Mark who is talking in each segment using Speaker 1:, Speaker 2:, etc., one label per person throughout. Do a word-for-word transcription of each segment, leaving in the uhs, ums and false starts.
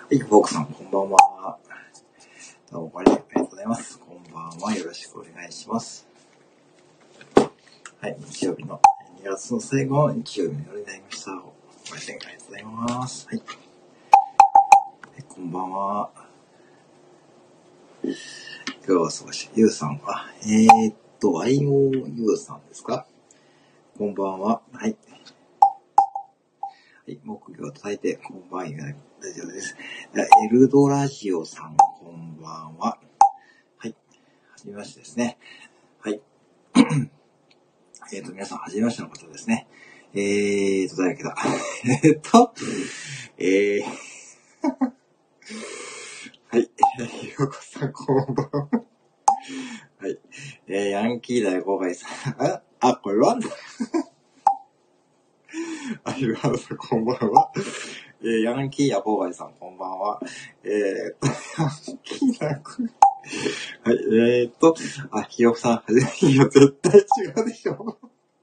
Speaker 1: い、フォークさん、こんばんは。どうもありがとうございます。こんばんは。よろしくお願いします。はい、日曜日のにがつの最後の日曜日の夜になりました。ご来店ありがとうございます。はい。はい、こんばんは。今日は少し、ゆうさんは、えーっと、アイオーユー さんですか？こんばんは。はい。はい、木魚を叩いて、こんばんは。大丈夫です。エルドラジオさん、こんばんは。はい。はじめましてですね。はい。えっと、皆さん、はじめましての方ですね。えーと、誰だっけだ。えっと、えー、はい。ひろこさん、こんばんは。はい。えー、ヤンキー大公開さん。あ、あ、これワンダ。あ、ひろこさん、こんばんは。えー、ヤンキーや公開さん、こんばんは。えーと、ヤンキー大公開。はい、えーと、あ、ひろこさん、はじめ、いや、絶対違うでしょ。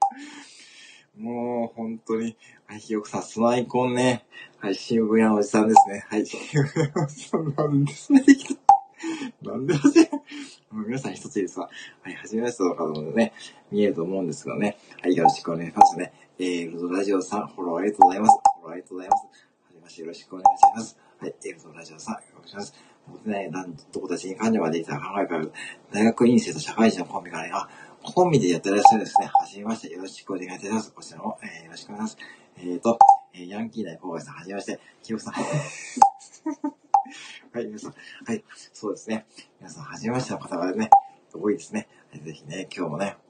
Speaker 1: もう、本当に。はい、ひよこさん、そのアイコンね。はい、新聞屋のおじさんですね。はい、新聞屋のおじさんなんですね。なんではじめ、皆さん一ついいですか？はい、はじめましての方もね、見えると思うんですけどね。はい、よろしくお願いしますね。えー、ルドラジオさん、フォローありがとうございます。フォローありがとうございます。はじめまして、よろしくお願いします。はい、えー、ルドラジオさん、よろしくお願いします。僕ね、なんとこたちに関与ができた考えから、大学院生と社会人のコンビからね、あ、コンビでやってらっしゃるんですね。はじめまして、よろしくお願いいたします。こちらも、えー、よろしくお願いします。えーと、えー、ヤンキー大公開さん、はじめまして、きよこさん。はい、皆さん。はい、そうですね。皆さん、はじめましての方がね、多いですね。はい、ぜひね、今日もね。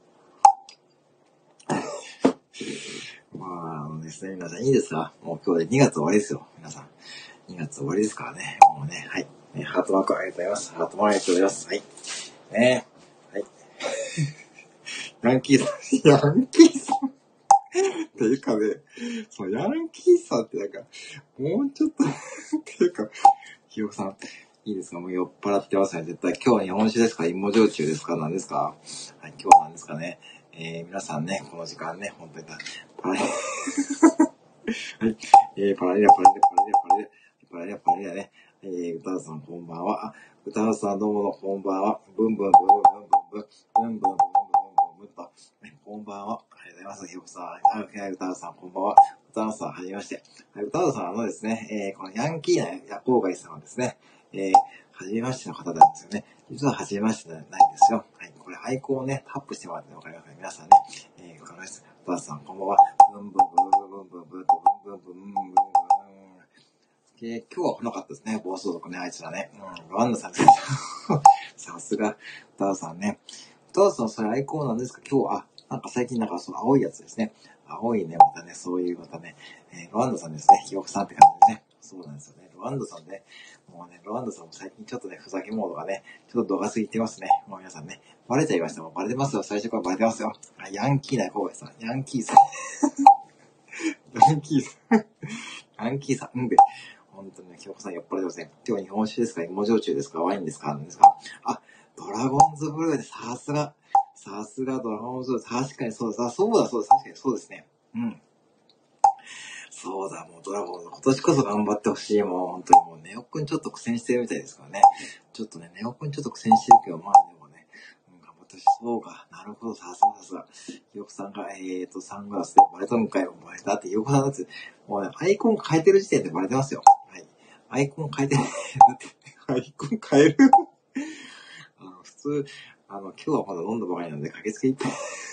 Speaker 1: まあ、あのですね、皆さんいいですか？もう今日でにがつ終わりですよ。皆さん。にがつ終わりですからね。もうね、はい。ね、ハートマークありがとうございます。ハートマークありがとうございます。はい。ね、はい。ヤンキーさん、ヤンキーさんっていうかね、そのヤンキーさんってなんか、もうちょっとっていうか、ひよこさん、いいですか？もう酔っ払ってますね。絶対。今日は日本酒ですか？芋焼酎ですか？何ですか？はい、今日は何ですかね。えー、皆さんね、この時間ね、本当に、パラリ、はい、えー、パラリラ、パラリラ、パラリラ、パラリラ、パラリラ、パラリラね。えー、歌うさんこんばんは。あ、歌うさんどうものこんばんは。ブンブンブンブンブンブンブン、ブンブンブンブンブンブンブンと、こんばんは。ありがとうございます。ひよこさん。あ、歌うさんこんばんは。歌うさん、はじめまして。はい、歌うさん、あのですね、えー、このヤンキーな夜光貝さんはですね、えー、はじめましての方なんですよね。実ははじめましてじゃないんですよ。はい、これアイコンをね、タップしてもらってわかりますかね。皆さんね、えー、わかります。歌うさん、こんばんは。ブンブンブンブンブンブンブンブンブンブンブンブンブン。えー、今日は来なかったですね。暴走族ね、あいつらね。うん、ロワンダさんです。さすが、歌うさんね。歌うさん、それアイコンなんですか？今日は、なんか最近なんかその青いやつですね。青いね、またね、そういうまたね、えー、ロワンダさんですね。ひよこさんって感じでね。そうなんですよね。ロワンダさんね、もうね、ロワンダさんも最近ちょっとね、ふざけモードがね、ちょっと度が過ぎてますね。もう皆さんね、バレちゃいました。もうバレてますよ。最初からバレてますよ。ヤンキーな小林さん。ヤンキーさん。ヤンキーさん。ヤンキーさん。うんで。本当にね、ひよこさん酔っ払ってますね。今日は日本酒ですか？芋焼酎ですか？ワインですか？何ですか？あ、ドラゴンズブルーでさすが。さすがドラゴンズブルー。確かにそうです。あ、そうだそうです。確かにそうですね。うん。そうだ、もうドラゴンズ、今年こそ頑張ってほしい。もう本当にもうネオくんちょっと苦戦してるみたいですからね。ちょっとね、ネオくんちょっと苦戦してるけど、まあでもね、うん、頑張ってほしい。そうか。なるほど、さすがさすが。ひよこさんが、えーと、サングラスでバレたのかよ。バレたって、ひよこさんだって、もうね、アイコン変えてる時点でバレてますよ。はい。アイコン変えて、だって、アイコン変えるあの、普通、あの、今日はまだ飲んだばかりなんで、駆けつけいっぱい。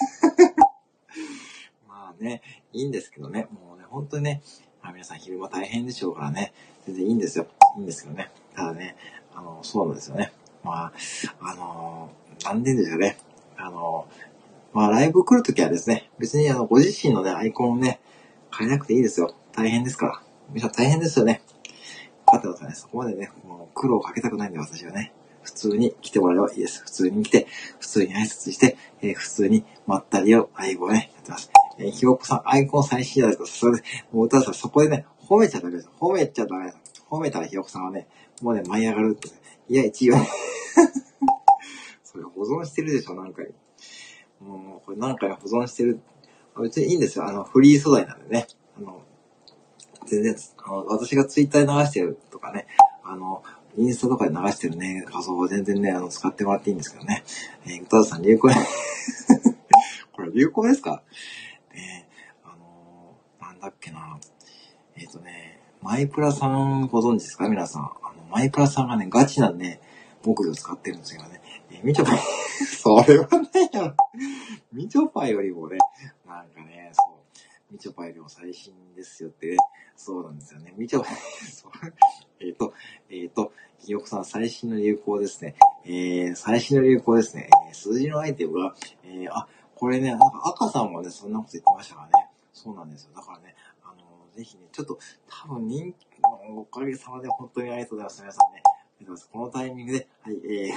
Speaker 1: まあね、いいんですけどね、もうね、本当にね、まあ、皆さん昼間大変でしょうからね、全然いいんですよ。いいんですけどね。ただね、あの、そうなんですよね。まあ、あのー、なんでですよね。あのー、まあ、ライブ来るときはですね、別にあの、ご自身のね、アイコンをね、変えなくていいですよ。大変ですから。皆さん大変ですよね。分かってくださいね。そこまでね、もう苦労をかけたくないんで、私はね。普通に来てもらえばいいです。普通に来て、普通に挨拶して、えー、普通にまったりを愛語をね、やってます。えー、ひよこさん、アイコン最新だと、それで、もう歌うさん、そこでね、褒めちゃダメです。褒めちゃダメです。褒めたらひよこさんはね、もうね、舞い上がるって。いや、一応ね、それ保存してるでしょ、なんかに。もう、これなんかに保存してる。別にいいんですよ。あの、フリー素材なんでね。あの、全然、あの、私がツイッターで流してるとかね、 あの、インスタとかで流してるね、画像を全然ね、あの、使ってもらっていいんですけどね。えー、歌田さん流行これ流行ですかね、あのー、なんだっけな。えっ、ー、とね、マイプラさんご存知ですか皆さん。あの、マイプラさんがね、ガチなね、木魚を使ってるんですよね。えー、みちょぱ、それはないやろ。みちょぱよりもね、なんかね、そう、みちょぱよりも最新ですよってね、そうなんですよね。みちょぱ、えっと、えっ、ー、と、ひよこさん最新の流行ですね。えー、最新の流行ですね。えー、数字のアイテムが、えー、あ、これね、なんか赤さんもね、そんなこと言ってましたからね。そうなんですよ。だからね、あのー、ぜひね、ちょっと、多分人気のおかげさまで本当にありがとうございます。皆さんね。ありがとうございます。このタイミングで、はい、え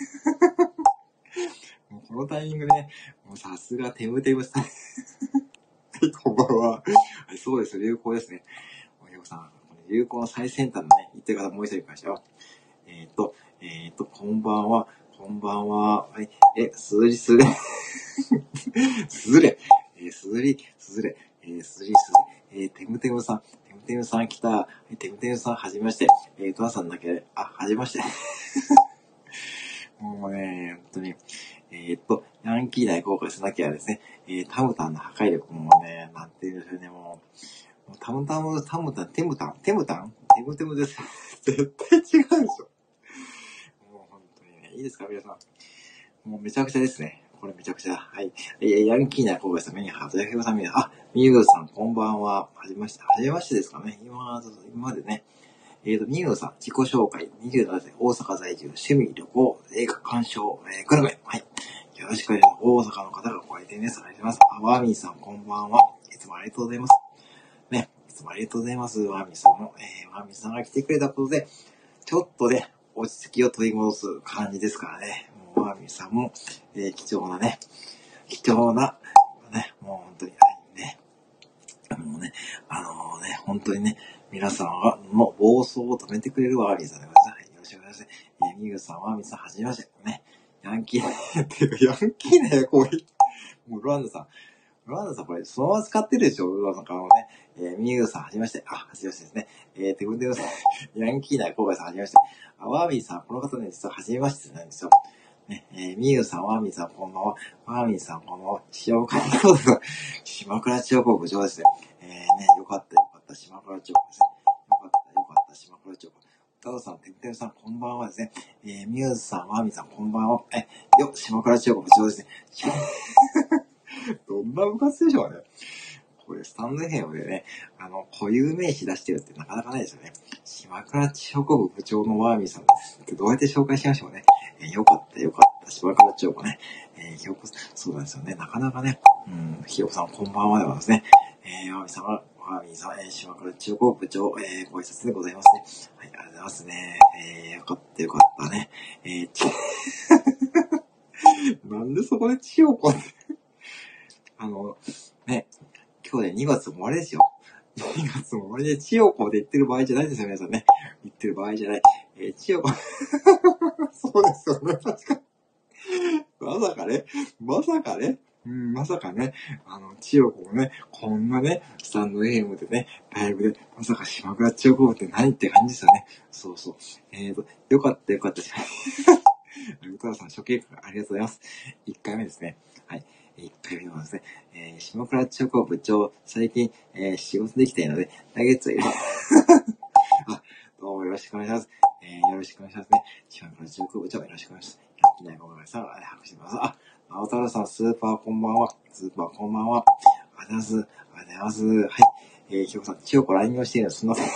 Speaker 1: ー、もうこのタイミングでね、もうさすがテムテムさん。はい、こんばんは。はい、そうです、流行ですね。おひよこさん、流行の最先端のね、言ってる方もう一人いましたよ。えっ、ー、と、えっ、ー、と、こんばんは、こんばんは。はい、え、すずりすずれ。すずれ。えー、すずり、すずれ。えー、すずりすずれ。えー、てむてむさん。てむてむさん来た。はい、てむてむさん、はじめまして。えー、とわさんだけ、あ、はじめまして。もうね、本当に。えー、っと、ヤンキー大公開しなきゃですね、えー、タムタンの破壊力もね、なんて言うんでしょうね、もう。もうタムタム、タムタン、テムタン、テムタンテムテムです。絶対違うでしょ。もう本当にね、いいですか、皆さん。もうめちゃくちゃですね。これめちゃくちゃ。はい。えー、ヤンキーな公開したメニュー、はずやけこさんみたいな。あ、みゆうさん、こんばんは。はじめまして。はじめましてですかね。今、今までね。えっ、ー、と、みゆうさん、自己紹介、にじゅうななさい、大阪在住、趣味、旅行、映画鑑賞、えー、グルメ。はい。よろしくお願いします。大阪の方がご来店です。ありがとうございます。あ、ワーミーさん、こんばんは。いつもありがとうございます。ね。いつもありがとうございます。ワーミーさんも、えー、ワーミーさんが来てくれたことで、ちょっとね、落ち着きを取り戻す感じですからね。もうワーミーさんも、えー、貴重なね、貴重な、ね、もう本当に、はいね。もうね、あのー、ね、本当にね、皆さんの暴走を止めてくれるワーミーさんでございます。はい、よろしくお願いします。えー、ミグさん、ワーミーさん、はじめまして。ね、ヤンキー、っていうか、ヤンキーね、こういう、もう、ロランドさん。ロランドさん、これ、そのまま使ってるでしょ、ロランドさんからもね。えー、ミグさん、はじめまして。あ、はじめましてですね。えー、テグンテグさん、ヤンキーなコーバイさん、はじめまして。あ、ワーミーさん、この方ね、実ははじめましてなんですよ。ね、えー、ミユさん、ワーミーさん、こんばんは。ワーミーさん、こんばんは。塩倉そうです。島倉千代子部長ですね。えー、ね、よかったよかった、島倉千代子ですね。よかったよかった、島倉千代子。タドさん、てんてんさん、こんばんはですね。えー、ミユさん、ワーミーさん、こんばんは。え、よ、島倉千代子部長ですね。どんな部活でしょうね。これ、スタンドエフエムでね、あの、固有名詞出してるってなかなかないですよね。島倉千代子部部長のワーミーさんです。どうやって紹介しましょうね。えー、よかったよかった。島倉千代子ね。えー、ひよこ、そうなんですよね。なかなかね、うん、ひよこさんこんばんはではですね。えー、ワーミーさんは、ワーミーさん、えー、島倉千代子部長、えー、ご挨拶でございますね。はい、ありがとうございますね。えー、よかったよかったね。えー、ち、なんでそこで千代子あの、ね、今日でにがつも終わりですよ。にがつも終わりで、千代子で言ってる場合じゃないですよ、皆さんね。言ってる場合じゃない。えー、千代子。そうですよね、確かに。まさかね、まさかね、うん、まさかね、あの、千代子もね、こんなね、スタンド エフエム でね、ライブで、まさか島倉千代子って何って感じですよね。そうそう。えーと、よかったよかった。宇多田さん、初見ありがとうございます。いっかいめですね。はい。いっかいめのですね。えー、島倉千代子部長、最近、えー、仕事できているので、来月はいる。あ、どうもよろしくお願いします。えー、よろしくお願いしますね。島倉千代子部長、よろしくお願いします。ヤンキーなごめんなさい。拍手します。あ、青太郎さん、スーパーこんばんは。スーパーこんばんは。ありがとうございます。ありがとうございます。はい。えー、ひよこさん、千代子 ライン をしているのすみません。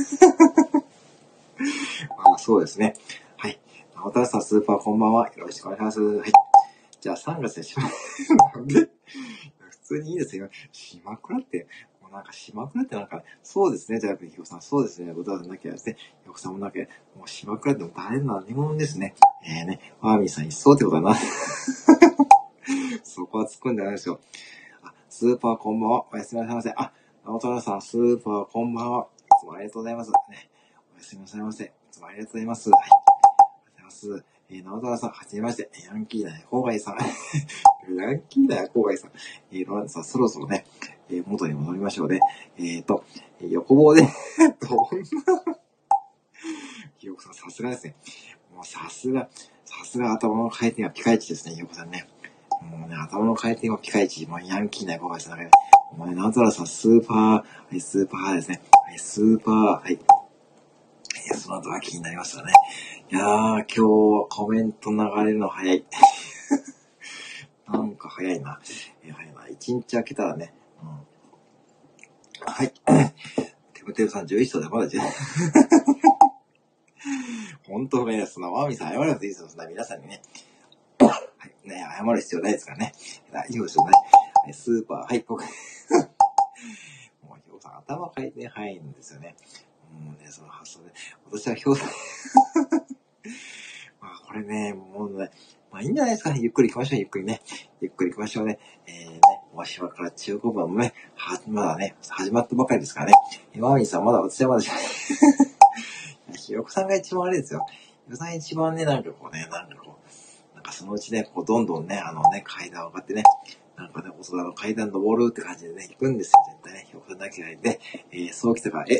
Speaker 1: まあ、そうですね。はい。青太郎さん、スーパーこんばんは。よろしくお願いします。はい。じゃあさんがつでしま、なんで普通にいいですよ。島倉って、もうなんか島倉ってなんか、そうですね、じゃあ、ひよこさん、そうですね、歌わなきゃですね、ひよこさんもなきゃ、もう島倉っても誰の何者ですね。えーね、ワーミーさん一層ってことだな。そこは突っ込んでないですよ。あ、スーパーこんばんは。おやすみなさいませ。あ、直虎さん、スーパーこんばんは。いつもありがとうございます。ね、おやすみなさいませ。いつもありがとうございます。はい。ありがとうございます。えー、直虎さん、はじめまして。ヤンキーだね、郊外さん。ヤンキーだよ、郊外さん。えー、ロランドさん、そろそろね、えー、元に戻りましょうね。えーと、横棒で、どんな、ひよすがですね。もうさすが、さすが頭の回転がピカイチですね、ひよこさんね。もうね、頭の回転はピカイチ。もうヤンキーな横川さんだけど、もうね、なんとなくさん、スーパー、はい、スーパーですね。はい、スーパー、はい。いや、その後が気になりましたね。いやー、今日コメント流れるの早い。なんか早いな。えー、早いな。一日開けたらね。うん、はい。テムテムさんじゅういっ章でまだじゅう。本当ね、そんなワーミーさん謝らなくていいですよ。そんな皆さんにね。はい。ね、謝る必要ないですからね。大丈夫ですよね。スーパー、はい、僕。もう、ひょうさん、頭回転早いんですよね。もうね、その発想で。私はひょうさん。まあ、これね、もうね、まあいいんじゃないですかね。ゆっくり行きましょう、ゆっくりね。ゆっくり行きましょうね。えーね、わしはから中古版もね、は、まだね、始まったばかりですからね。マーミーさん、まだ、私はまだ、ひよこさんが一番あれですよ。ひよこさん一番ね、なんかこうね、なんかこう、なんかそのうちね、こう、どんどんね、あのね、階段上がってね、なんかね、お空の階段登るって感じでね、行くんですよ、絶対ね。ひよこさんだけがいて、えー、そう来たから、え、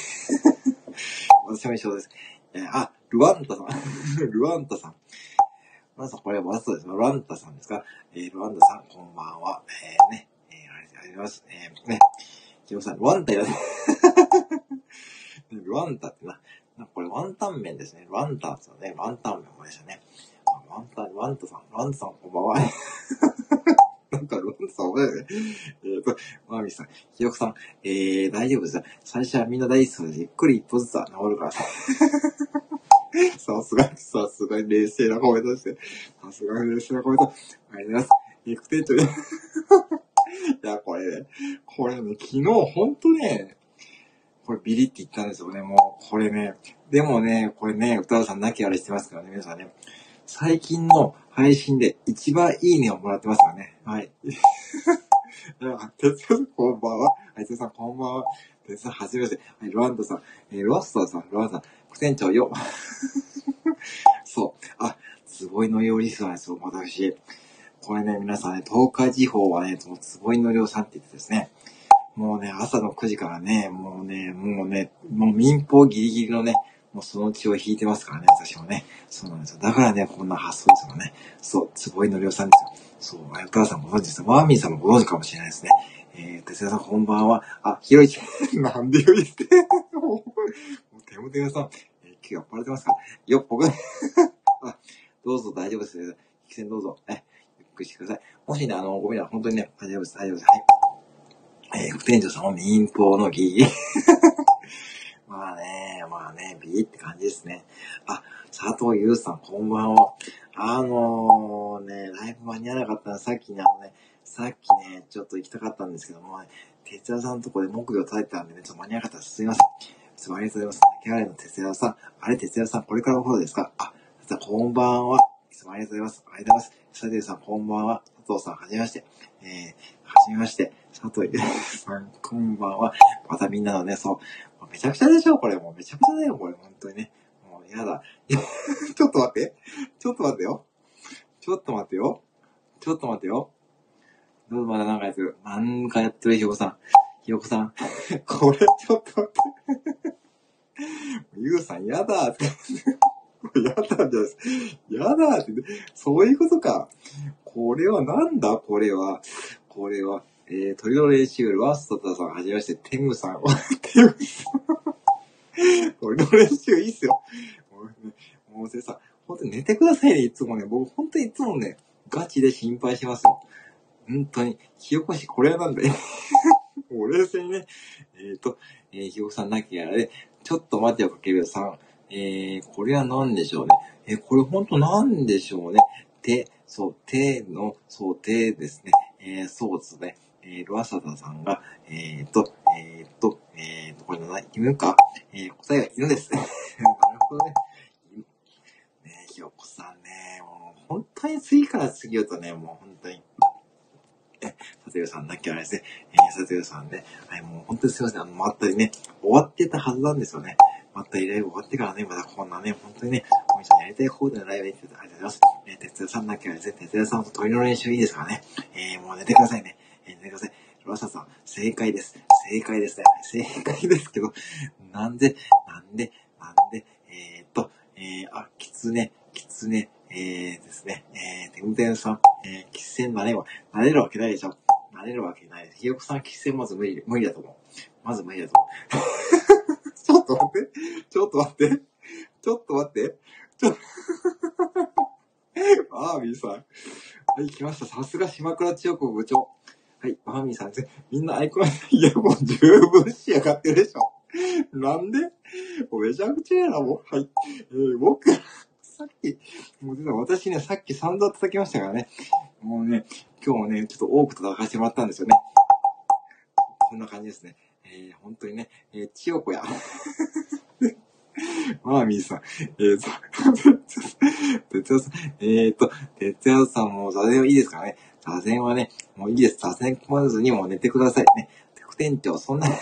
Speaker 1: 私も一緒です。えー、あ、ルワンタさん。ルワンタさん。まずこれはわざとです。ルワンタさんですか。えー、ルワンタさん、こんばんは。えー、ね、えー、ありがとうございます。えー、ね、ひよこさん、ルワンタやね。ルワンタってな、なんかこれワンタン麺ですね。ルワンタですよね。ワンタン麺もでしたね。ワンタン、ワンタさん、ワンタさんこんばんは。なんか、ルワンタさんおめでね。えーと、マーミーさん、ひよこさん、えー、大丈夫ですよ。最初はみんな大好きで、ゆっくり一歩ずつは治るから。さすが、さすがに冷静なコメントですね。さすがに冷静なコメント。ありがとうございます。肉店長で。いや、これね、これね、昨日ほんとね、これビリって言ったんですよね、もう。これね。でもね、これね、歌うさんなきあれしてますからね、皆さんね。最近の配信で一番いいねをもらってますからね。はい。哲也さんこんばんは。はい、哲也さんこんばんは。哲也さんはじめまして。はい、ロワンダさん。えー、ロワスターさん、ロワンダさん。副店長よ。そう。あ、つぼいのりおリスナーですよ、私。これね、皆さんね、東海地方はね、そのつぼいのりおさんって言ってですね。もうね、朝のくじからね、もうね、もうね、もう民放ギリギリのね、もうその血を引いてますからね、私もね。そうなんですよ。だからね、こんな発想ですよね。そう、つぼいのりおさんですよ。そう、お母さんもご存知です。マーミーさんもご存知かもしれないですね。えー、てつやさんこんばんは。あ、ひろいち、なんでよりって。もう、てもてやさん、えー、今日酔っ払ってますかよっ、僕、あ、どうぞ大丈夫です。引き線どうぞ。え、ゆっくりしてください。もしね、あの、ごめんなさい。本当にね、大丈夫です。大丈夫です。はい。えー、副店長さんは民放のギリ。まあね、まあね、ビーって感じですね。あ、佐藤優さん、こんばんは。あのー、ね、ライブ間に合わなかったら、さっきね、あのね、さっきね、ちょっと行きたかったんですけども、ね、哲也さんのとこで木魚叩いてたんでね、ちょっと間に合わなかったらすいません。すごいありがとうございます。キャラの哲也さん、あれ哲也さん、これからお風呂ですか？あ、哲也こんばんは。いつもありがとうございます。ありがとうございます。佐藤さん、こんばんは。佐藤さん、はじめまして。えー、はじめまして。佐藤さん、こんばんは。またみんなのね、そう。めちゃくちゃでしょこれ。もうめちゃくちゃだよ、これ。本当にね。もうやだ。ちょっと待って。ちょっと待ってよ。ちょっと待ってよ。ちょっと待ってよ。どうぞまだなんかやってる。なんかやってる、ひよこさん。ひよこさん。これちょっと待って。ゆうさん、やだって。やだじゃないです。やだって。そういうことか。これはなんだこれは。これは。えー、鳥の練習、ワーストタさん、はじめまして、テムさん。テムさん。鳥の練習いいっすよ。もう、ね、もうせさ、ほんとに寝てくださいね、いつもね。僕、ほんとにいつもね、ガチで心配しますよ。本当に。ひよこし、これはなんだよ。もう冷静にね。えーと、えー、ひよこさんなきゃあれ、ちょっと待てよかけるさん。えー、これは何でしょうね。えー、これほんと何でしょうね。手、そう、手の、そう、手ですね。えー、そうですね。えー、ロアサダさんが、えーと、えーと、えーと、これの何、犬かえー、答えは犬です。なるほどね。ねひよこさんね、もう、本当に次から次へとね、もう本当に。え、さてよさん、なきゃあれですね。えー、さてよさんね。はい、もう本当にすいません。あの、まったりね、終わってたはずなんですよね。まったりライブ終わってからね、まだこんなね、本当にね、おみさんやりたい方でのライブやっててありがとうございます。えー、哲也さんなきゃあれですね。哲也さんと鳥の練習いいですからね。えー、もう寝てくださいね。えー、寝てください。ロサさん、正解です。正解ですね。正解ですけど、なんで、なんで、なんで、えー、っと、 えー、あ、きつね、きつね、えーですね、えー、てんてんさん、えー、喫煙なれば、なれるわけないでしょ。なれるわけないです。ひよこさん喫煙まず無理、無理だと思う。まず無理だと思う。ちょっと待って。ちょっと待って。ちょっと待って。ちょっと。バーミーさん。はい、来ました。さすが島倉千代子部長。はい、バーミーさんです。みんなアイコン、いや、もう十分仕上がってるでしょ。なんでもうめちゃくちゃやな、もう。はい。えー、僕、さっき、もう実は私ね、さっき散々叩きましたからね。もうね、今日もね、ちょっと多く叩かせてもらったんですよね。こんな感じですね。えー、本当にね、えー、千代子や。マーミーさん、えーと、哲也さん、えーと、哲也さんも座禅はいいですからね。座禅はね、もういいです。座禅込まずにもう寝てくださいね。副店長、そんな、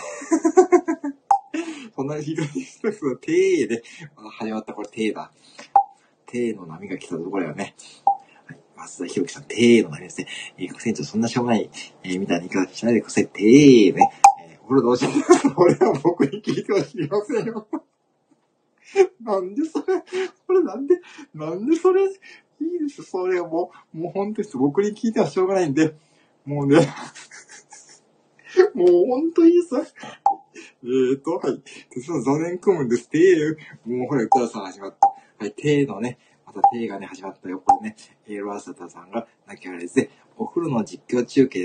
Speaker 1: そんなに東一つのテーで、始まったこれテーだ。テーの波が来たところだよね。はい、松田博樹さん、テーの波ですね。えー、副店長、そんなしょうもない、えー、みたいな言い方しないでください。テーね。えー、お風呂どうしよう。これは僕に聞いてほしいませんよ。なんでそれ、これなんで、なんでそれ、いいです、それはもう、もう本当に僕に聞いてはしょうがないんで、もうね、もう本当にいいです。えーと、はい。鉄の座禅組むんです。てー、もうほら、歌さん始まった。はい、てーのね、またてーがね、始まったよ。これね、えー、ロアサタさんが泣き笑いですね。お風呂の実況中継です。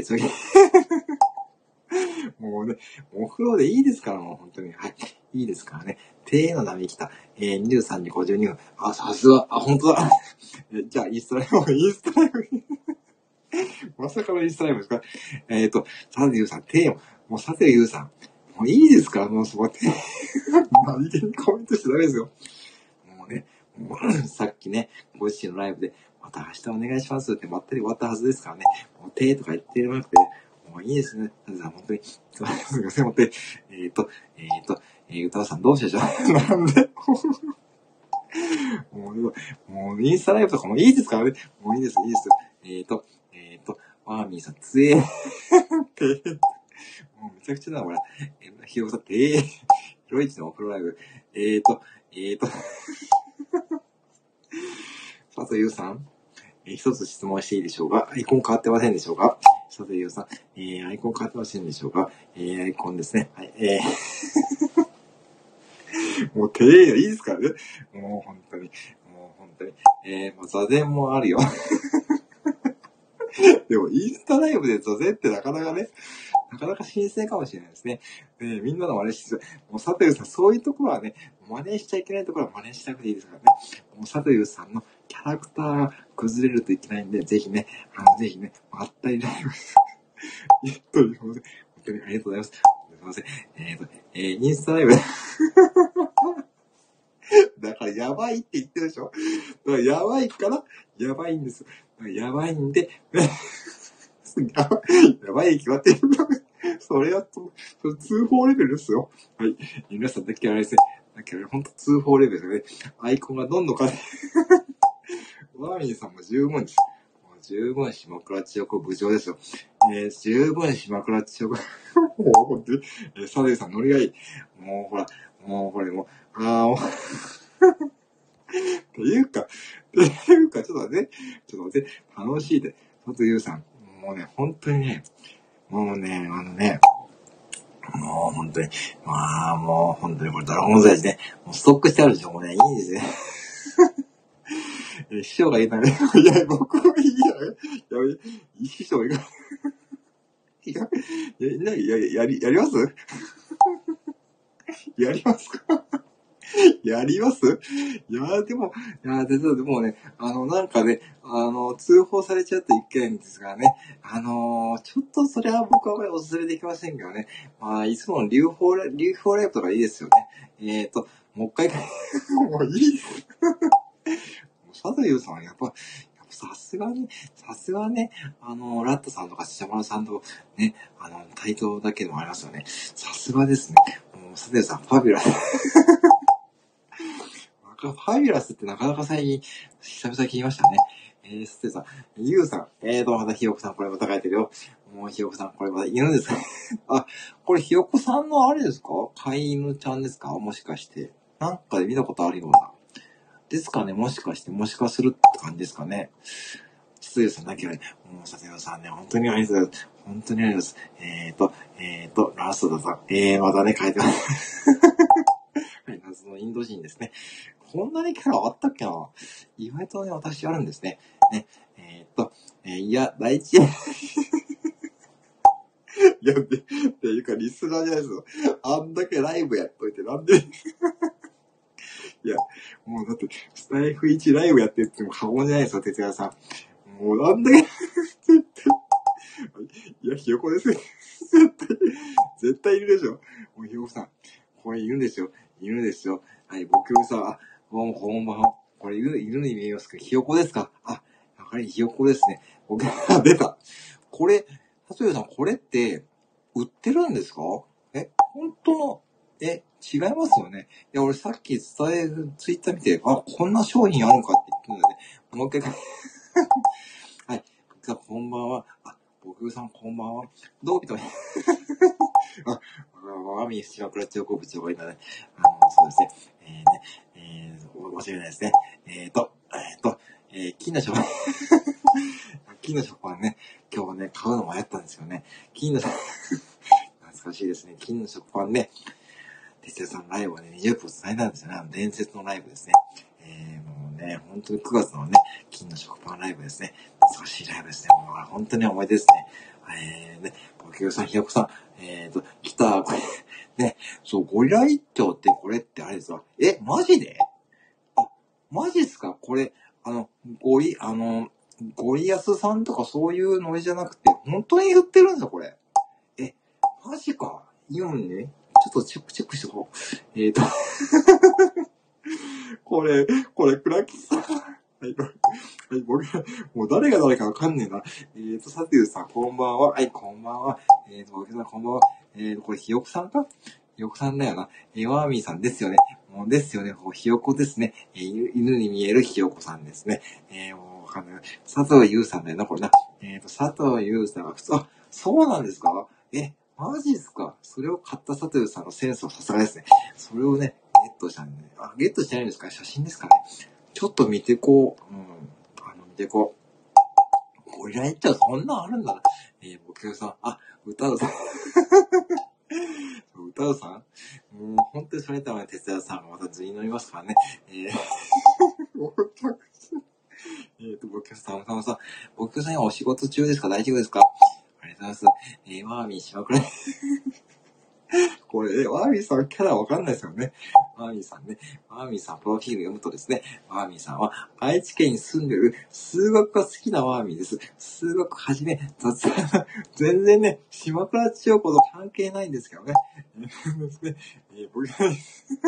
Speaker 1: もうね、お風呂でいいですから、もう本当に。はい。いいですからね。てーの波来た。えー、にじゅうさんじごじゅうにふん。あ、さすが。あ、本当だ。えじゃあ、インスタライブ、インスタライブ。まさかのインスタライブですか？えっ、ー、と、さてゆうさん、てーも、もうさてゆうさん。もういいですか？もうそこで。何気にコメントしちゃダメですよ。もうね、もうさっきね、ご自身のライブで、また明日お願いしますってまったり終わったはずですからね。もうてーとか言ってなくて、もういいですね。さてさん、本当に、すいません、もって、えっ、ー、と、えっ、ー、と、えー、歌尾さんどうしてじゃなんでもう、もうインスタライブとかもいいですからね。もういいです、いいです。えっ、ー、と、えっ、ー、と、ワーミーさん、つえー。てー。もうめちゃくちゃだな、これ。えー、ひろさん、てー。ひろいちのお風呂ライブ。えーと、えーと、佐藤優さん、えー、一つ質問していいでしょうか？アイコン変わってませんでしょうか？佐藤優さん、えー、アイコン変わってませんでしょうか？えー、アイコンですね。はい、えー、もう、てーいいですからね。もう、本当に。もう、本当に。えー、もう座禅もあるよ。でも、インスタライブで座禅ってなかなかね、なかなか新鮮かもしれないですね。で、みんなの真似して、もう佐藤さん、そういうところはね、真似しちゃいけないところは真似したくていいですからね。もう佐藤さんのキャラクターが崩れるといけないんで、ぜひね、あの、ぜひね、まったりライブ。えっと、本当にありがとうございます。すみません。えっ、ー、と、えー、インスタライブ。だからやばいって言ってるでしょ？だからやばいから、やばいんです。だからやばいんで、やばいに決まってる。それは、それ通報レベルですよ。はい。皆さんだけあれですね。だけど、ほんと通報レベルですね。アイコンがどんどん変わって。ワーミーさんも十分です。もう十分島倉千代子部長ですよ。えー、十分島倉千代子。もうほんとに、えー、サデーさんノリがいい。もうほら、もうこれもう、あーもう。っていうか、っていうか、ちょっとね、ちょっと待って、楽しいで。佐藤優さん、もうね、本当にね、もうね、あのね、もう本当に、まあもう本当にこれドラゴンズ味ね、もうストックしてあるでしょ、もうね、いいですね。師匠が言うたら、いや、僕はいいや、いや、師匠が、いや、いや、いや、やり、やりますやりますかやりますいや、でも、いや、でもね、あの、なんかね、あの、通報されちゃっていけないんですがね、あのー、ちょっとそれは僕はあまりお勧めできませんけどね、まあ、いつもの流法、流法ライブとかいいですよね。えっ、ー、と、もう一回、もういいです。佐藤優さんはやっぱ、さすがに、さすがね、あの、ラットさんとかシャマルさんとね、あの、対等だけでもありますよね。さすがですね。もう佐藤さん、ファビュラス。ファビュラスってなかなか最近、久々聞きましたね。えー、ステさん、ユウさん、えーと、またひよこさん、これまた書いてるよ。もうひよこさん、これまた犬ですかあ、これひよこさんのあれですか？飼い犬ちゃんですか？もしかして。なんかで見たことあるような。 ですかね。もしかして、もしかするって感じですかね。つゆさんだけはね、もうさてさんね、本当にありがとうございます。本当にありがとうございます。えーと、えーと、ラストださん。えー、またね、書いてます。はい、謎のインド人ですね。こんなにキャラあったっけな。意外とね、私あるんですね。ね、えーと、えー、いや、第一、いや、で、っていうか、リスナーじゃないですよ。あんだけライブやっといて、なんでいや、もうだって、スタイフいちライブやってっても過言じゃないですよ、哲也さん。もうなんだけ、絶対、いや、ひよこですよ。絶対、絶対いるでしょ。もうひよこさん、これいるんですよ。いるんですよ。はい、僕もさ、あ、もうこんばんは。これいる、いるに見えますか？ひよこですか？あ、やはりひよこですね。僕、出た。これ、たとえさん、これって、売ってるんですか？え、本当の、え、違いますよね。いや、俺さっき伝えるツイッター見て、あ、こんな商品あるのかって言ったんだよね。もう一回、はい。僕さん、こんばんは。あ、僕さん、こんばんは。どう見ても、あ、我が身、島倉千代子部長が今ね、あの、そうですね、えー、ね、えー、間違いないですね。えーと、えーと、えー、金の食パン、金の食パンね、今日はね、買うの迷ったんですよね。金の食パン、懐かしいですね。金の食パンね、哲也さんライブをね、にじゅっぷん繋いだんですよね。あの伝説のライブですね。えー、もうね、本当にくがつのね、金の食パンライブですね。懐かしいライブですね。もう本当に思い出ですね。えー、ね、ごきゅうさん、ひよこさん、えーと、来た、これ、ね、そう、ゴリラ一丁ってこれってあれですわ。え、マジで？あ、マジっすか？これ、あの、ゴリ、あの、ゴリアスさんとかそういうノリじゃなくて、本当に売ってるんですよ、これ。え、マジか。イオンね。ちょっとチェック、チェックしてこう。えーと、これ、これ、クラキさん。はい、はい、僕、もう誰が誰かわかんねえな。えーと、サテューさん、こんばんは。はい、こんばんは。えーと、僕さん、こんばんは。えーと、これ、ひよこさんか？ひよこさんだよな。えー、ワーミーさんですよね。もうですよね。ひよこですね。えー、犬に見えるひよこさんですね。えー、もうわかんない。佐藤優さんだよな、これな。えーと、佐藤優さんが普通、あ、そうなんですか？え、マジっすか？それを買った佐藤さんのセンスはさすがですね。それをね、ゲットしたんで、ね、あ、ゲットしてないんですか？写真ですかね。ちょっと見てこう。うん。あの、見てこう。ゴリラエッチャーそんなんあるんだな。えー、ボケさん。あ、歌うさん。歌うさんもう、本当にそれとはね、哲也さんがまた図に乗りますからね。えー、えっと、ボケさん、たまさん。ボケさんはお仕事中ですか？大丈夫ですか？ありがとうございます。えー、ワーミー島倉。これ、え、ワーミーさんキャラわかんないですよね。ワーミーさんね。ワーミーさんプロフィール読むとですね、ワーミーさんは愛知県に住んでる数学が好きなワーミーです。数学はじめ雑談、全然ね、島倉千代子と関係ないんですけどね。ですね。えー、僕が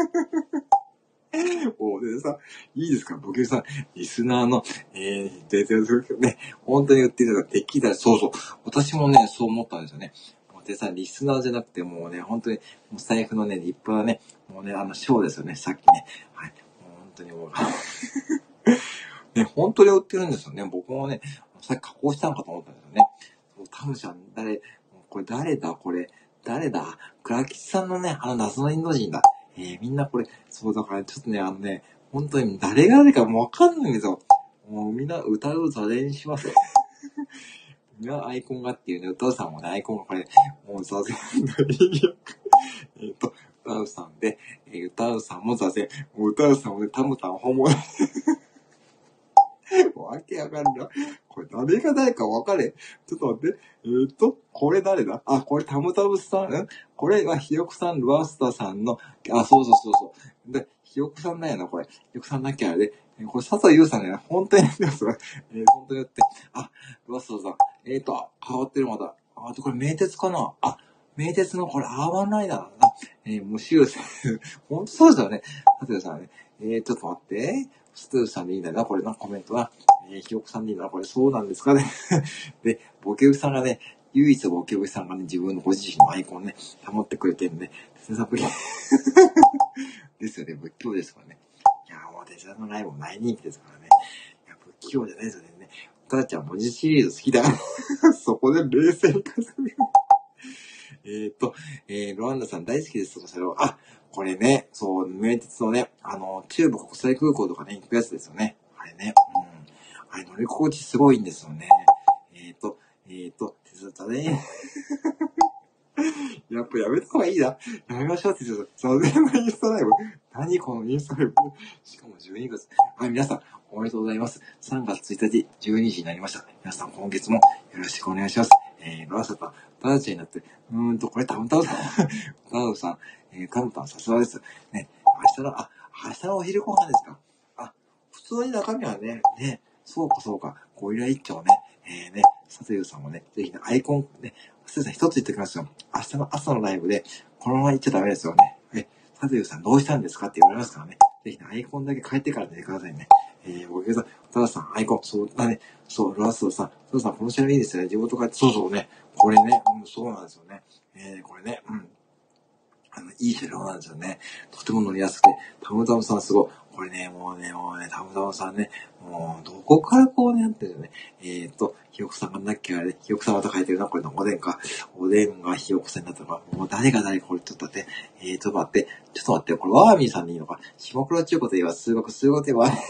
Speaker 1: もうでさ、いいですか、ボケさん、リスナーの、えー、出てるね、本当に言っていただできたら、そうそう、私もね、そう思ったんですよね。でさ、リスナーじゃなくて、もうね、本当に、もう財布のね、立派なね、もうね、あの、ショーですよね、さっきね。はい。もう本当にもう、ね、本当に売ってるんですよね。僕もね、さっき加工したのかと思ったんですよね。タムちゃん、誰、これ誰だこれ、誰だ倉吉さんのね、あの謎のインド人だ。えー、みんなこれ、そうだからちょっとね、あのね、本当に誰が誰かもうわかんないんですよ。もうみんな歌う座禅します。がアイコンがっていうね、歌うさんもね、アイコンがこれ、もう座禅のいいよ。えっと、歌うさんで、えー、歌うさんも座禅、もう歌うさんもね、タムタン本物。わけわかんない。これ誰が誰か分かれ。ちょっと待って。えー、っと、これ誰だ？あ、これタムタムさん、んこれはひよこさん、ルアスタさんの、あ、そうそうそうそう。で、ひよこさんなんやな、これ。ひよこさんだっけあれで。えー、これ佐藤優さんだよな。本当にやってます。えー、本当にやって。あ、ルアスタさん。えー、っと、変わってるまだ。あ、これ名鉄かな？あ、名鉄のこれアーバンライダーだな。えー、無臭性。本当そうですよね。佐藤さんね。えー、ちょっと待って。ストゥーさんでいいんだよな、これな、コメントは。えー、ひよこさんでいいんだな、これそうなんですかね。で、ボケウさんがね、唯一ボケウさんがね、自分のご自身のアイコンをね、保ってくれてるんで、制作ですよね、仏教ですからね。いやー、もうデジタルのライブも大人気ですからね。いや、仏教じゃないですよね。ただちゃん文字シリーズ好きだから。そこで冷静に数える。 えっと、えー、ロアンダさん大好きですとか、それを、あ、これね、そう、名鉄のね、あの、中部国際空港とかね、行くやつですよね。あれね。うん。あれ乗り心地すごいんですよね。えっと、えっと、手伝ったね。やっぱやめた方がいいな。やめましょうって言ってた。それのインスタライブ。何このインスタライブ。しかもじゅうにがつ。はい、皆さん、おめでとうございます。さんがつついたち、じゅうにじになりました。皆さん、今月もよろしくお願いします。えー、ロアサタ、タダチになって、うーんと、これタムタムさん、タムさん、えー、タムタムさすがです。ね、明日の、あ、明日のお昼ご飯ですか。あ、普通に中身はね、ね、そうかそうか、ゴリラ一丁ね、えー、ね、サトユーさんもね、ぜひね、アイコン、ね、サトユーさん一つ言っておきますよ。明日の朝のライブで、このまま言っちゃダメですよね。え、サトユーさんどうしたんですかって言われますからね。ぜひね、アイコンだけ変えてから寝てくださいね。えー、僕さん、タダさん、アイコン、そうだね、そう、ロアストさん、タダさん、このチャンネルいいですよね。地元帰って、そうそうね、これね、うん、そうなんですよね。えー、これね、うん。あの、いい車両なんですよね。とても乗りやすくて、タムタムさんすごい。これね、もうね、もうね、タムタムさんね、もう、どこからこうね、やってるよね。えーと、ひよこさんがなっけあれ、ひよこさんまた書いてるな、これのおでんか。おでんがひよこさんになったのか。もう誰が誰かこれちょっと待って、えーと、待って、ちょっと待って、これワーミーさんでいいのか。下倉中古といえば数学、数学といえば、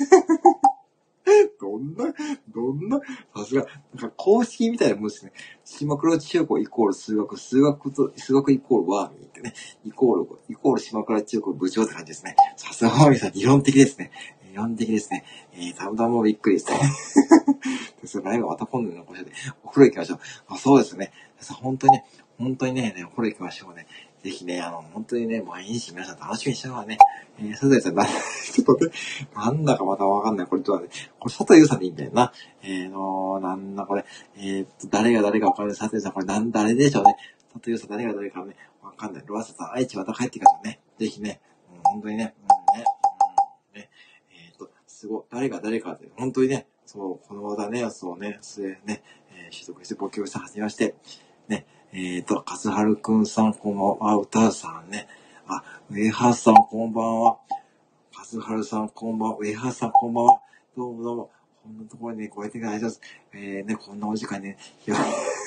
Speaker 1: どんな、どんな、さすが、なんか公式みたいなもんですね。島倉中古イコール数学、数学と、数学イコールワーミーってね、イコール、イコール島倉中古部長って感じですね。さすがワーミーさん、理論的ですね。理論的ですね。えー、たぶたぶもびっくりですね。で、それライブまた今度のこちらで、お風呂行きましょう。あ、そうですね。本当にね、本当にね、お風呂行きましょうね。ぜひね、あの、本当にね、毎日皆さん楽しみにしてるからね。えー、サトユさん、ちょっとね、なんだかまたわかんない。これとはね、これ、佐藤優さんでいいんだよな。えーのー、なんだこれ、えー、っと、誰が誰かわかんない。佐藤優さん、これ、なん、誰でしょうね。佐藤優さん、誰が誰かね、わかんない。ロアサさん、愛知また帰ってくださいね。ぜひね、うん、本当にね、うん、ね、うん、ね、えー、っと、すごい、誰が誰かって、本当にね、そう、この技ね、そうね、それね、えー、取得して、募金して始めまして、ね、えー、っと、かずはるくんさん、こんばんは、歌うさんね、あ、ウェハーさん、こんばんは。かずはるさん、こんばんは。ウェハーさん、こんばんは。どうもどうも。こんなところにね、ご来店いただいてます。えー、ね、こんなお時間にね、いや、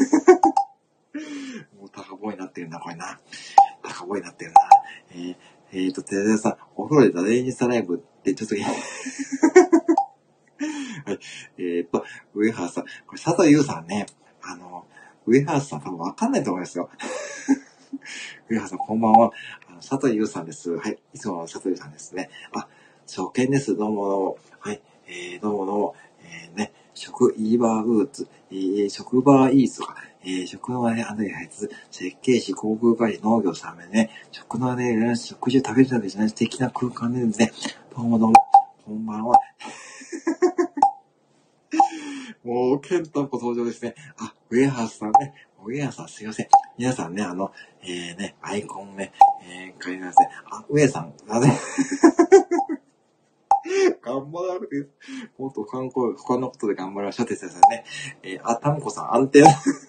Speaker 1: もう高ぼうになってるな、これな。高ぼうになってるな。えー、えーと、ててさん、お風呂でダデインスタライブってちょっと、はい、えーと、ウェハーさん、これ佐藤優さんね、あの、ウェハーさん多分わかんないと思いますよ。ウェハーさん、こんばんは。あの佐藤優さんです。はい、いつもの佐藤優さんですね。あ、初見です。どうもどうも。はい。えー、どうもどうも。えー、ね、食イーバーグーツ、えー、職場イーツとか、えー、食のね、あの、配達、設計士、航空会社、農業さんでね、食のね、食事を食べるだけじゃない素敵な空間でですね、どうもどうも、こんばんは。もう、ケンタンポ登場ですね。あ、ウェハースさんね。ウェハースさんすいません。皆さんね、あの、えー、ね、アイコンね、えー、変えなさい。あ、ウェイさん、なぜ頑張られる。もっと他のこと、他のことで頑張りましょうって言ってたね。えー、あ、タムコさん、安定。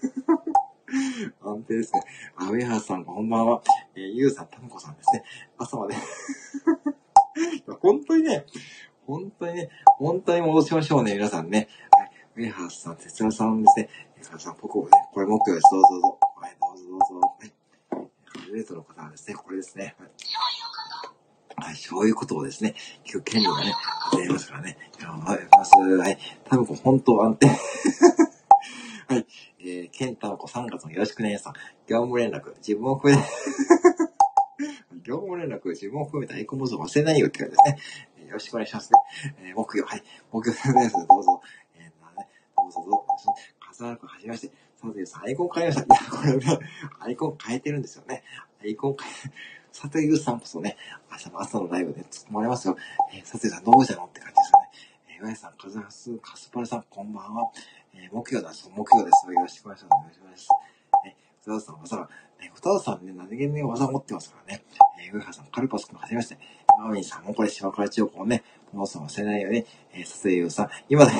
Speaker 1: 安定ですね。あ、ウェハーさん、こんばんは。えー、ユウさん、タムコさんですね。朝まで。本当にね、本当にね、本当に戻しましょうね、皆さんね。はい、ウェハーさん、哲也さんですね。ウェハーさん、僕もね、これ目標です。どうぞどうぞ。はい、どうぞどうぞ。はい。初めての方はですね、これですね。はい。はい、そういうことをですね、聞く権利がね、ございますからね。はい、ます。はい。多分本当安定。はい。えー、ケンタマコさんがつのよろしくねさん。業務連絡、自分を含め、業務連絡、自分を含めたエコ文字を忘れないよって感じですね。えー、よろしくお願いしますね。えー、目標、はい。目標です。どうぞ。えー、ね、どうぞどうぞ。かずはるくん、はじめまして。サトユさん、アイコン変えました。いや、これね、アイコン変えてるんですよね。アイコン変え、サトユさんこそね、朝の朝のライブで突っ込まれますよ。えー、サトユさんどうしたのって感じですよね。えー、岩井さん、カズハス、カスパルさん、こんばんは。えー、目標だ、そう、目標です。よろしくお願いします。よろしくお願いします。えー、歌田さん、まさか、ね、歌田さんね、何気に技持ってますからね。えー、上原さん、カルパス君、はじめまして。マミーさんもこれ、島倉千代子をね、モノさん忘れないように、えー、サトユさん、今だ、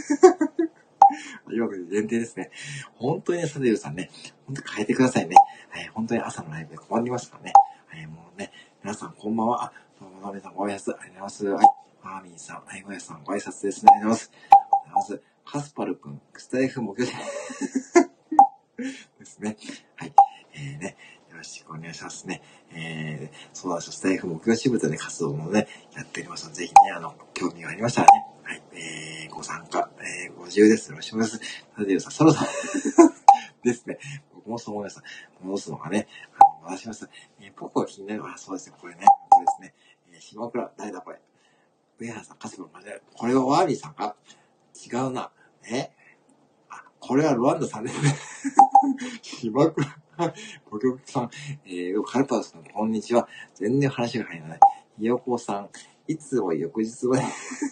Speaker 1: 今く限定ですね。本当にね、サトユさんね、本当に変えてくださいね。はい、本当に朝のライブで困りますからね。はい、もうね、皆さんこんばんは。あ、どうも、ナメさんご挨拶ありがとうございます。はい、マーミーさん、はい、ごやさんご挨拶ですね。ありがとうございます。ありがとうございます。カスパル君、スタイフ目標ですね。はい。ええー、ね、よろしくお願いしますね。えー、そうなんですよ。スタイフ目標支部という、ね、活動もね、やっておりますので、ぜひね、あの、興味がありましたらね、はい、えー、ご参加、えー、ご自由です。よろしくお願いします。それではさ、そろそろですね、僕もそう思いました。戻すのがね、あの、回しました。えー、僕は気になるのは、そうですね、これね、これですね、えー、島倉、誰だこれ。上原さん、カスプロ間違える。これはワービーさんか違うな。えあ、これはルワンダさんですね。島倉、ご局さん、えー、カルパスさん、こんにちは。全然話が入らない。ひよこさん、いつも翌日はね、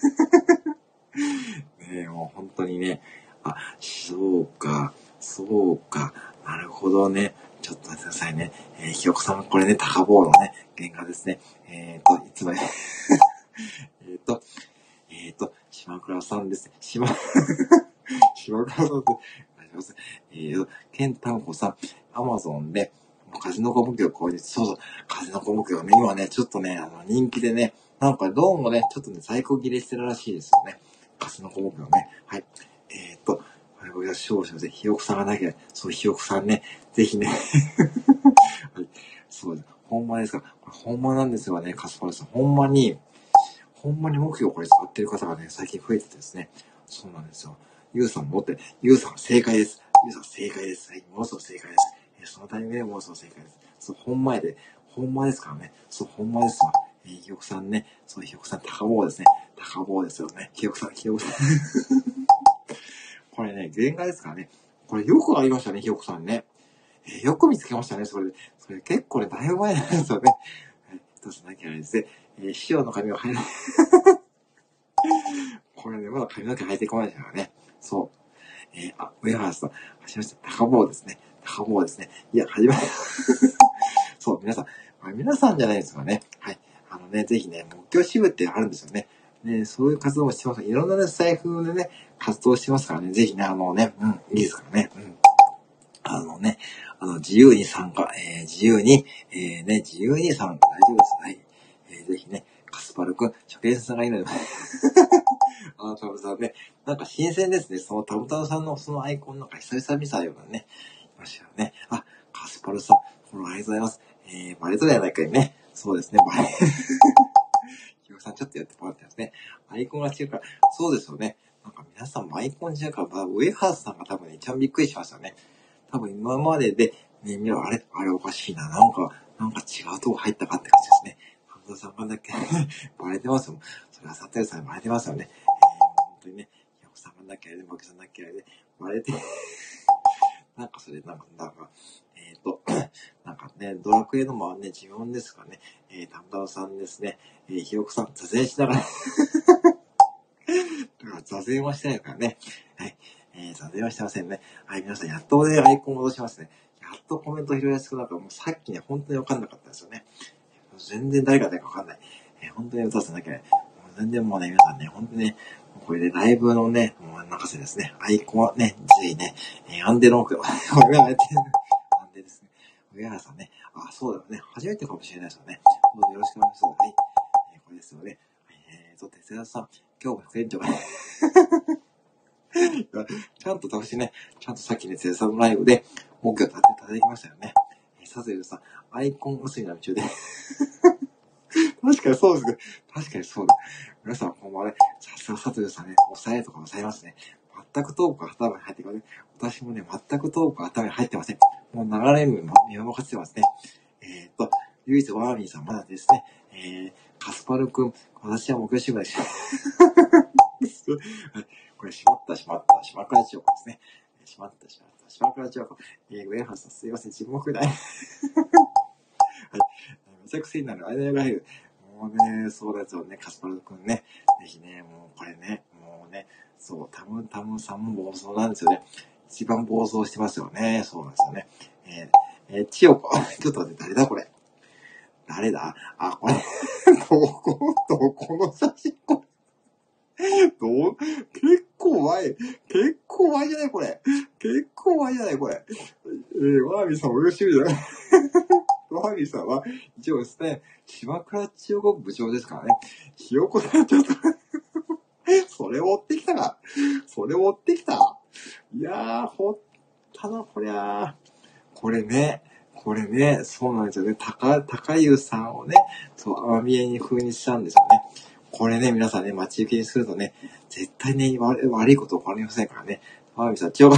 Speaker 1: ねえ、もう本当にね、あ、そうか、そうか、なるほどね。ちょっと待ってくださいね。えー、ひよこさん、これね、高坊のね、原画ですね。えーと、いつもね、えーと、えーと、島倉さんですね。島、島倉さんです。お願いします。えーと、ケンタンコさん、アマゾンで、風の小麦を購入、そうそう、風の小麦をね、今ね、ちょっとね、あの、人気でね、なんかどうもね、ちょっとね、在庫切れしてるらしいですよね。風の小麦をね。はい。えーと、これが少々で、ひよこさんがなきゃ、そう、ひよこさんね、ぜひね、はい、そうです。ほんまですか。これほんまなんですよね、カスパルさん。ほんまに、ほんまに目標これ使ってる方がね、最近増えててですね。そうなんですよ。ゆうさん持って、ゆうさん正解です。ゆうさん正解です。はい、もうすぐ正解です。えー、そのタイミングでもうすぐ正解です。そう、ほんまやで、ほんまですからね。そう、ほんまですわ。えー、ひよこさんね。そう、ひよこさん高棒ですね。高棒ですよね。ひよこさん、ひよこさん。これね、原画ですからね。これよくありましたね、ひよこさんね。えー、よく見つけましたね、それで。それ結構ね、だいぶ前なんですよね。はい、どうしなきゃいけないですね。えー、塩の髪を生えない。これね、まだ髪の毛生えてこないですからね。そう。えー、あ、上原さん、はじめまして、高坊ですね。高坊ですね。いや、はじめ、そう、皆さん、まあ、皆さんじゃないですかね。はい。あのね、ぜひね、目標支部ってあるんですよね。ね、そういう活動もしてます。いろんなね、財布でね、活動してますからね、ぜひね、あのね、うん、いいですからね。うん。あのね、あの、自由に参加、えー、自由に、えー、ね、自由に参加、大丈夫です。はい。えー、ぜひね、カスパルくん、初見さんがいるので、あ、タムさんね、なんか新鮮ですね。そのタムタムさんのそのアイコンなんか久々見たようなね、いましたよね。あ、カスパルさん、フォローありがとうございます。えー、バレとるやないかいね。そうですね、バレ。ヒロさんちょっとやってもらってますね。アイコンが違うから、そうですよね。なんか皆さんもアイコン違うから、まあ、ウェハースさんが多分ね、一番びっくりしましたよね。多分今までで、ね、見ろ、あれ、あれおかしいな。なんか、なんか違うとこ入ったかって感じですね。ハムザさんがだっけバレてますよ。それはサテルさんバレてますよね。えー、本当にね、ヒヨコさんがだっけあれで、マキさんだっけあれで、バレて、なんかそれ、なんか、なんか、えっ、ー、と、なんかね、ドラクエのもね、自分ですかね、えー、タムタムさんですね、えー、ヒヨコさん、座禅しながら、だから座禅はしてないからね。はい。えー、座禅はしてませんね。はい、皆さん、やっとね、アイコン戻しますね。やっとコメント拾いやすくなったから、もうさっきね、本当にわかんなかったですよね。全然誰が誰かわかんない。えー、本当に歌わせなきゃね。もう全然もうね、皆さんね、本当にね、これでライブのね、もう泣かせですね。アイコンはね、ぜひね、えー、アンデの奥、これがやってる。アンデですね。上原さんね。あ、そうだよね。初めてかもしれないですよね。どうぞよろしくお願いします。はい。えー、これですよね。えーと、哲也さん、今日も副園長がちゃんと私ね、ちゃんとさっきね、哲也さんのライブで、目標立てていただきましたよね。えー、サズエルさん、アイコン薄いな中で。確かにそうですね。確かにそうだ。皆さん、こんばんはね。さすがサトルさんね、抑えとか抑えますね。全くトークが頭に入ってこない。私もね、全くトークが頭に入ってません。もう流れに見守ってますね。えー、っと、唯一ワーミーさんまだですね。えー、カスパルくん、私は目標志望です。はい、これ、しまった、しまった、しまくらちおこですね。しまった、しまった、しまくらちおこ。えー、ウェアハウスさん、すいません、沈黙ない。はい。めちゃくちゃになる。間が入る。もうね、そうですよね、カスパルくんね。ぜひね、もうこれね、もうね、そう、タムタムさんも暴走なんですよね。一番暴走してますよね。そうなんですよね。えー、えー、千代子。ちょっと待って、誰だこれ。誰だあ、これ。どこ、どこの写真これ。どう結構前、結構前じゃないこれ。結構前じゃないこれ。えー、ワーミーさんも嬉しいじゃないワーミーさんは、一応ですね、島倉千代子部長ですからね。ひよこさんちょっとそれを追ってきたか。それを追ってきた。いやー、ほったな、こりゃー。これね、ここれね、そうなんですよね。高、高湯さんをね、そう、アマビエに風にしちゃうんですよね。これね、皆さんね、待ち受けにするとね、絶対ね、悪悪いこと起こりませんからね。アマビさん、ちょ、はい、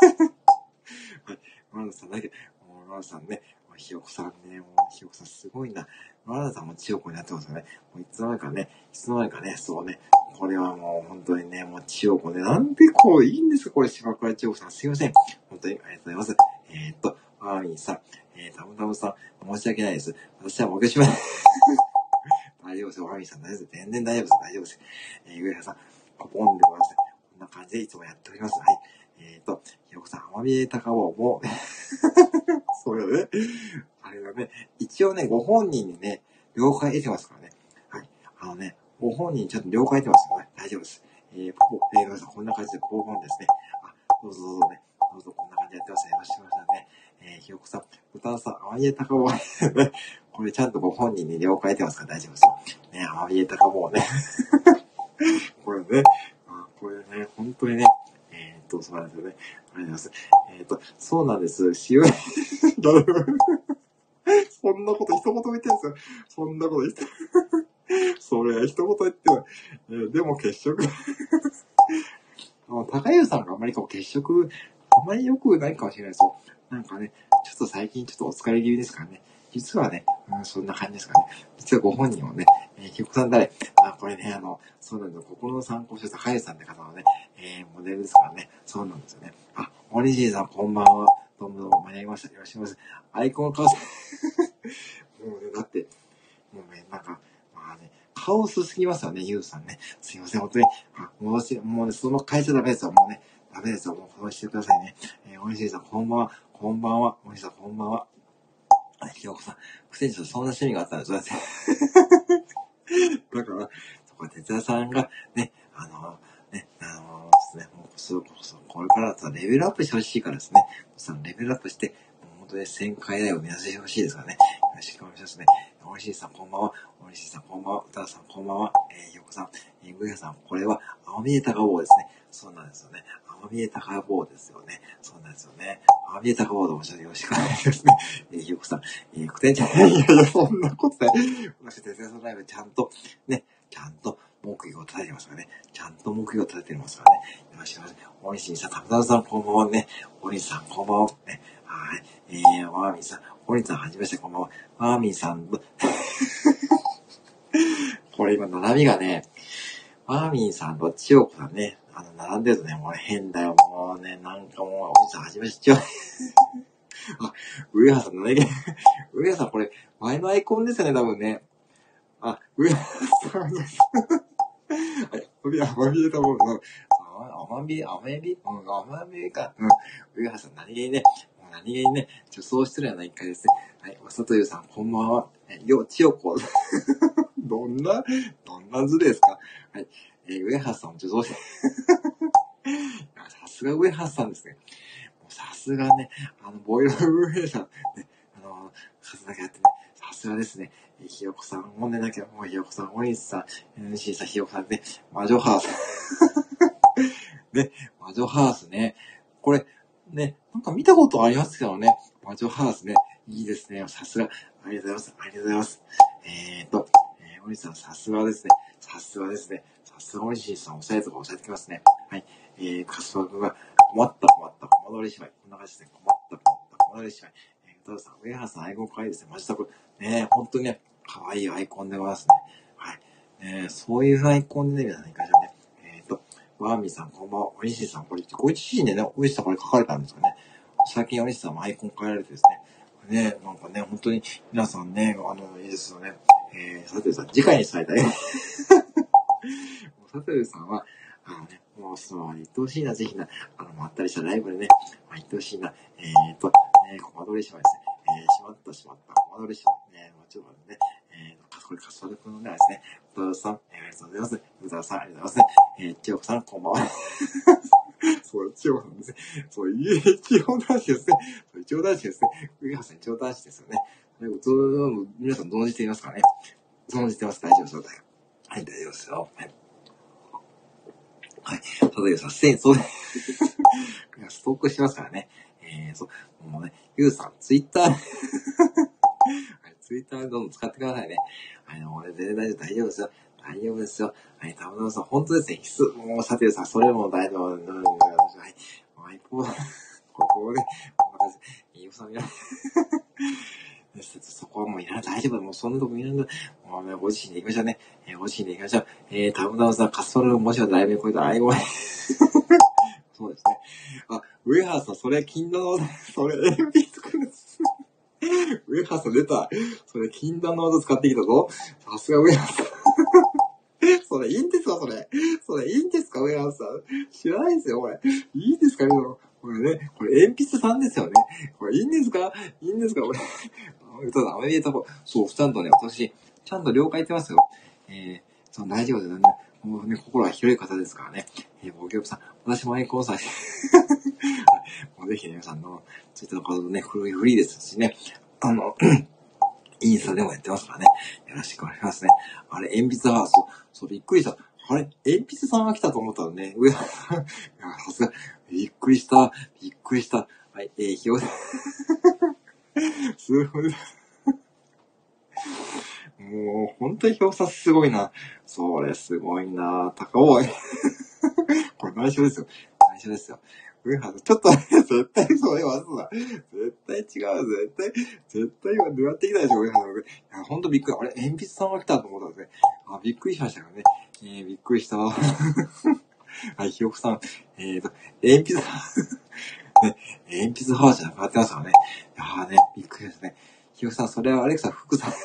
Speaker 1: マナさんだけ、もうマナさんね、ひよこさんね、もうひよこさんすごいな。マナさんも千代子になってますよね。もういつの間にかね、いつの間にかね、そうね、これはもう本当にね、もう千代子ね、なんでこういいんですか、これ、島倉千代子さん、すいません。本当にありがとうございます。えー、っと、マーミンさん、えー、たむたむさん、申し訳ないです。私はもげしま大丈夫ですよ、マーミンさん、大丈夫です。全然大丈夫です。大丈夫です。えー、上原さん、コポンでございます。こんな感じでいつもやっております。はい。えー、っと、ひよこさん、アマビエタカオも、そうよね。あれだね。一応ね、ご本人にね、了解得てますからね。はい。あのね、ご本人ちゃんと了解得てますからね。大丈夫です。えー、ポポ、えー、さん、こんな感じで、ポーポンですね。あ、どうぞどうぞね。どうぞこんな感じでやってますね。よろしくお願いしますね。えー、ひよこさん、歌さん、アマビエタカオね。これちゃんとご本人に了解得てますから大丈夫ですよ。ね、アマビエタカオね。これね、あ、これね、本当にね、えー、っと、そうなんですよね。ありがとうございます。えー、っと、そうなんです。しおり、そんなこと一言言ってるんですよ。そんなこと言ってる。それ、一言言ってる。えー、でも血色。高湯さんがあんまりこう血色、あんまり良くないかもしれないですよ。なんかね、ちょっと最近ちょっとお疲れ気味ですからね。実はね、うん、そんな感じですかね。実はご本人はね、えー、ひよこさん誰あ、これね、あの、そうなんですよ。心の参考書高湯さんって方のね、えー、モデルですからね。そうなんですよね。あ、オリジーさんこんばんは。どうもどうも間に合いました。よろしくお願いします。アイコン顔もうね、だって、もうね、なんか、まあね、カオスすぎますよね、ユウさんね。すいません、本当に。あ、戻し、もうね、その会社ダメですよ、もうね。ダメですよ、もう戻してくださいね。えー、おいしいさん、こんばんは。こんばんは。おいしいさん、こんばんは。ひよこさん、くせにちょっとそんな趣味があったんですよ。だから、そこは哲也さんが、ね、あのー、ね、あのー、ですね、もう、そう、そう、これからだったらレベルアップしてほしいからですね。さん、レベルアップして、もう本当にせんかい台を目指してほしいですからね。よろしくお願いしますね。おいしいさん、こんばんは。おいしいさん、こんばんは。歌さん、こんばんは。えー、ひよこさん、えー、ぐやさん、これは、アマビエタカボーですね。そうなんですよね。アマビエタカボーですよね。そうなんですよね。アマビエタカボーでもちょっとよろしくお願いしますね。えー、ひよこさん、えー、くてんちゃん、いやいや、そんなことない。私、哲也さんのライブ、ちゃんと、ね、ちゃんと、目標を立ててますからね。ちゃんと目標を立ててますからね。よろしくお願いします。おいしいさん、たぶたぶさん、こんばんはね。おにさん、こんばんは。ね、はい。えー、ワーミンさん、おにさん、はじめまして、こんばんは。ワーミンさん、これ今、並びがね、ワーミンさんと千代子さんね、あの、並んでるとね、もう変だよ。もうね、なんかもう、おにさん、はじめまして、あ、上原さん、何気上原さん、これ、前のアイコンですよね、多分ね。あ、上原さんです。はい、おび、あまびえたもん、うん。あまび、あまび、うん、あまびか。うん。上原さん、何気にね、もう何気にね、女装してるような一回ですね。はい、わさとゆうさん、こんばんは。よ、ちよこ。どんな、どんな図ですか。はい。えー、上原さんも女装して、さすが上原さんですね。もうさすがね、あの、ボイラー上原さん、ね、あの、数だけあってね、さすがですね。ひよこさん、もんねだけど、もうひよこさん、おにさん、エヌシー さん、ひよこさんね、魔女ハース。ね、魔女ハースね。これ、ね、なんか見たことありますけどね。魔女ハースね。いいですね。さすが。ありがとうございます。ありがとうございます。えーと、えー、おにさん、さすがですね。さすがですね。さすがおにしんさん、押さえとか押さえてきますね。はい。えー、かすわくが、困った困った、コマ撮り芝居。こんな感じですね。困った困った、コマ撮り芝居。えー、たださん、上原さん、アイコン可愛いですね。マジタコ。ね、ほんとにね、可愛いアイコンでございますね。はい。ね、そういうアイコンでね、皆さんいかがでしょうね。えーと、ワーミーさん、こんばんは。おにしんさん、これ、ご自身でね、おいしさこれ書かれたんですかね。最近おにしんさんもアイコン変えられてですね。ね、なんかね、本当に皆さんね、あの、いいですよね。えー、さてさん、次回に伝えたい。さてさんは、あのね、もうその、行ってほしいな、ぜひな、あの、まったりしたライブでね、まあ、行ってほしいな、えーと、えー、コマ撮りしまですね。えー、しまったしまった、コマ撮りしま、ね、もちろんね、えー、これ、かすわるくんのですね、うたわさん、えー、ありがとうございます。うたわさん、ありがとうございます。えー、ちよこさん、こんばんは。そう、千代さんですね。そう、一応男子ですね。そう、一応男子ですね。上原さん一応男子ですよね。皆さん存じていますからね。存じてます。大丈夫ですよ。はい、大丈夫ですよ。はい。はい。ただでさ、せん、そうで、ストックしてますからね。ええー、そう、もうね、ゆうさん、ツイッター、ツイッターどんどん使ってくださいね。あの、俺全然大丈夫、大丈夫ですよ。大丈夫ですよ。はい、たぶんさん、本当ですね、必須。もう、さてさ、それも大丈夫。はい、はい、ここで、こんな感じで、ゆうさん、いらそこはもういらない、大丈夫。もうそんなとこいらない。もうね、ご自身で行きましょうね。えー、ご自身で行きましょう。えー、たぶんたぶんさん、カストロもしもだいぶ超えたら、あいごめん。そうですね。あ、上原さん、それ、金の、それ、鉛筆くるんです。上原さん出た。それ、禁断の技使ってきたぞ。さすが上原さん。それ、いいんですかそれ。それ、いいんですか上原さん。知らないですよ、これ。いいんですかこれね。これ、鉛筆さんですよね。これ、いいんですかいいんですかこれ。ただ、アメリカと、そう、ちゃんとね、私、ちゃんと了解言ってますよ。えー、そう、大丈夫ですよね。もうね、心は広い方ですからね。えー、ご協力さん、私もアイコンさん、もうぜひね、皆さんの、ツイッターの方のね、フリーフリーですしね。あの、インスタでもやってますからね。よろしくお願いしますね。あれ、鉛筆ハウス、そう、びっくりした。あれ、鉛筆さんが来たと思ったのね。上、いや、さすが、びっくりした。びっくりした。はい、えー、ひよ、すごい。もう、本当に表札すごいな。それ、すごいな。高尾。これ内緒ですよ。内緒ですよ。上原さん、ちょっと、絶対それ忘れた。絶対違う。絶対、絶対今、どうやってきたでしょ、上原さん。いや、ほんとびっくり。あれ、鉛筆さんが来たと思ったんですね。あ、びっくりしましたよね。えー、びっくりした。はい、ひよこさん。えーと、鉛筆、ね、鉛筆ハーじゃなくなってますからね。いやーね、びっくりですね。ひよこさん、それはアレクサ、福さん。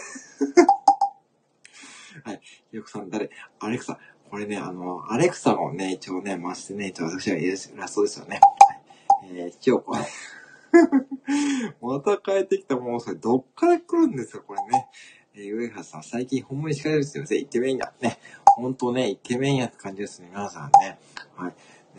Speaker 1: はい。ひよこさん、誰アレクサ。これね、あの、アレクサもね、一応ね、回してね、一応私がイラストですよね。はい。えー、ひよこ。また帰ってきたもう、それ、どっから来るんですか、これね。えー、上原さん、最近ほんまに叱られるんですよね。イケメンや。ね。ほんとね、イケメンやって感じですね、皆さんね。はい。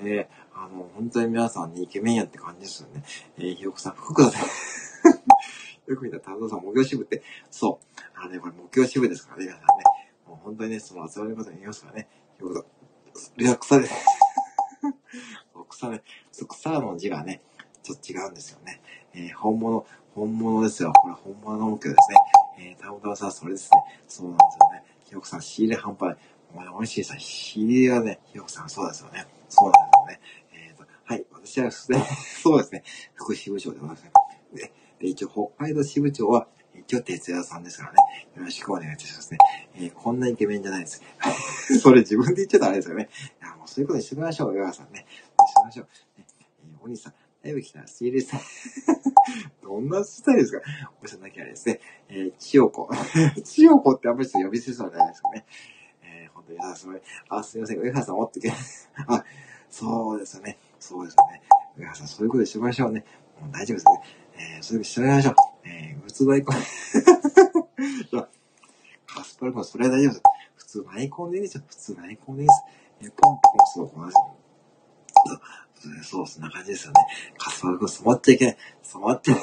Speaker 1: で、あの、本当に皆さんね、イケメンやって感じですよね。えー、ひよこさん、福田さん。よく見たら、田中さん、目標支部って、そう。あのね、これ目標支部ですからね、皆さんね。もう本当にね、その集まり方に言いますからね。ひよこさん。いや、草です。草ね、草の字がね、ちょっと違うんですよね。えー、本物、本物ですよ。これ本物の目標ですね。えー、たぶたぶさん、それですね。そうなんですよね。ひよこさん、仕入れ半端ない。お前、美味しいさ、仕入れはね、ひよこさん、そうですよね。そうなんですよね。えーと、はい、私は、ね、そうですね。副支部長でございますね。で、で一応、北海道支部長は、一応、哲也さんですからね。よろしくお願いいたしますね。えー、こんなイケメンじゃないです。それ自分で言っちゃったらあれですよね。いや、もうそういうことにしてみましょう、岩川さんね。しましょう。ね、えー、お兄さん、だいぶ来たら、シールさん。どんなスタイルですかおじさんだけあれですね。えー、千代子。千代子ってあんまり呼び捨てそうじゃないですかね。えー、本当に、あ、すみません。あ、すみません。上原さん持ってけ。あ、そうですよね。そうですよね。上原さん、そういうことにしてみましょうね。もう大丈夫ですね。えー、そういうことにしてみましょう。えー、普通のアイコン。いや、カスパル君、それは大丈夫です。普通のアイコンでいいですよ。普通のアイコンでいいです。えー、ポンポン、そう、同じ。そう、そんな感じですよね。カスパル君、染まっちゃいけない。染まって、もう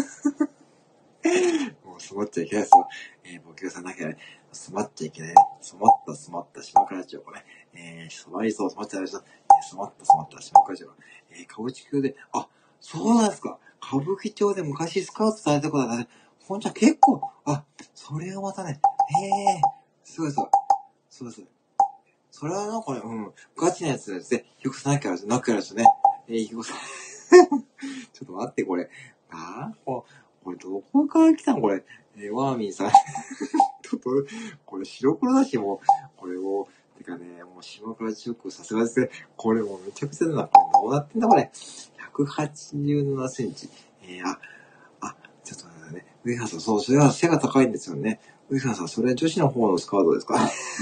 Speaker 1: 染まっちゃいけないですよ。えー、僕さんだけね、染まっちゃいけないね。染まった、染まった、島倉千代子ね。えー、染まりそう、染まっちゃいました。えー、染まった、染まった、島倉千代子。えー、歌舞伎町で、あ、そうなんですか。歌舞伎町で昔スカウトされたことだね。ほんじゃ結構、あ、それはまたね、へえ、そうです。そうです。それはなんかね、うん、ガチなやつですね。よくさなきゃです、なきゃですね。えー、よくさ、ちょっと待って、これ。あーここれどこから来たんこれ。えー、ワーミーさん。ちょっと、これ白黒だし、もう、これを、てかね、もう島倉千代子さすがですね。これもうめちゃくちゃだな。これどうなってんだ、これ。ひゃくはちじゅうななセンチ。えー、あ、あ、ちょっと待ってね。上原さん、そう、それは背が高いんですよね。上原さん、それは女子の方のスカートですか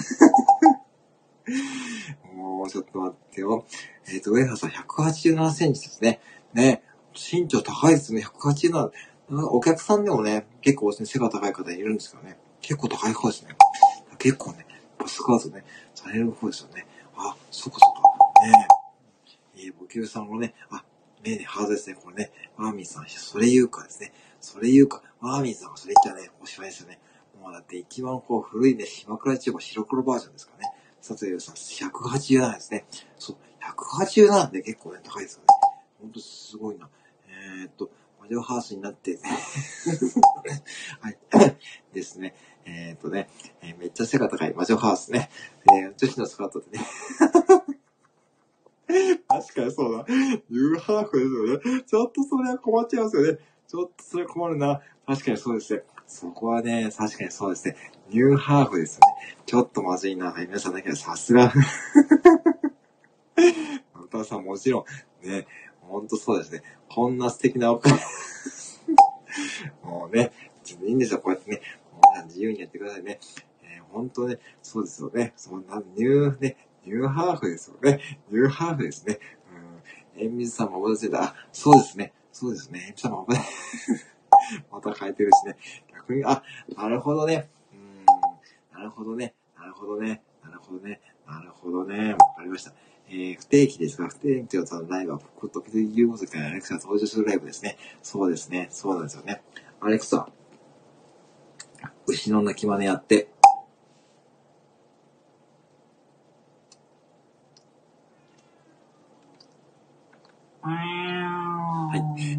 Speaker 1: もう、ちょっと待ってよ。えっ、ー、と、上原さんひゃくはちじゅうななセンチですね。ね。身長高いですね。ひゃくはちじゅうなな。お客さんでもね、結構、ね、背が高い方いるんですけどね。結構高い方ですね。結構ね、スカートね、される方ですよね。あ、そっかそっか。ねえ。えー、ボキューさんもね、あ、ねね、ハードですね。これね。ワーミーさん、それ言うかですね。それ言うか。ワーミーさんがそれ言っちゃね、おしまいですよね。もうだって一番こう古いね、島倉千代子白黒バージョンですからね。さつゆさん、ひゃくはちじゅうななですね。そう、ひゃくはちじゅうななって結構ね、高いですよね。ほんとすごいな。 えー、っと、魔女ハウスになって、はい。ですね。えー、っとね、えー、めっちゃ背が高い魔女ハウスね。えー、女子のスカートでね。確かにそうだ。ニューハーフですよね。ちょっとそれは困っちゃいますよね。ちょっとそれは困るな。確かにそうですね。そこはね、確かにそうですね。ニューハーフですよね。ちょっとまずいな。はい、皆さんだけど、さすが。またさんもちろん、ね、ほんとそうですね。こんな素敵なお金。もうね、ちょっといいんですよ。こうやってね、皆さん自由にやってくださいね。えー、ほんとね、そうですよね。そんなニュー、ね、ニューハーフですよね。ニューハーフですね。うん。えんみずさんもおばせた。あ、そうですね。そうですね。えんみずさんもおばせまた変えてるしね。逆に、あ、なるほどね。うん。なるほどね。なるほどね。なるほどね。なるほどね。わかりました。えー、不定期ですが、不定期というのライブは、僕、時々言うことからアレクサが登場するライブですね。そうですね。そうなんですよね。アレクサ、牛の鳴き真似やって。はい。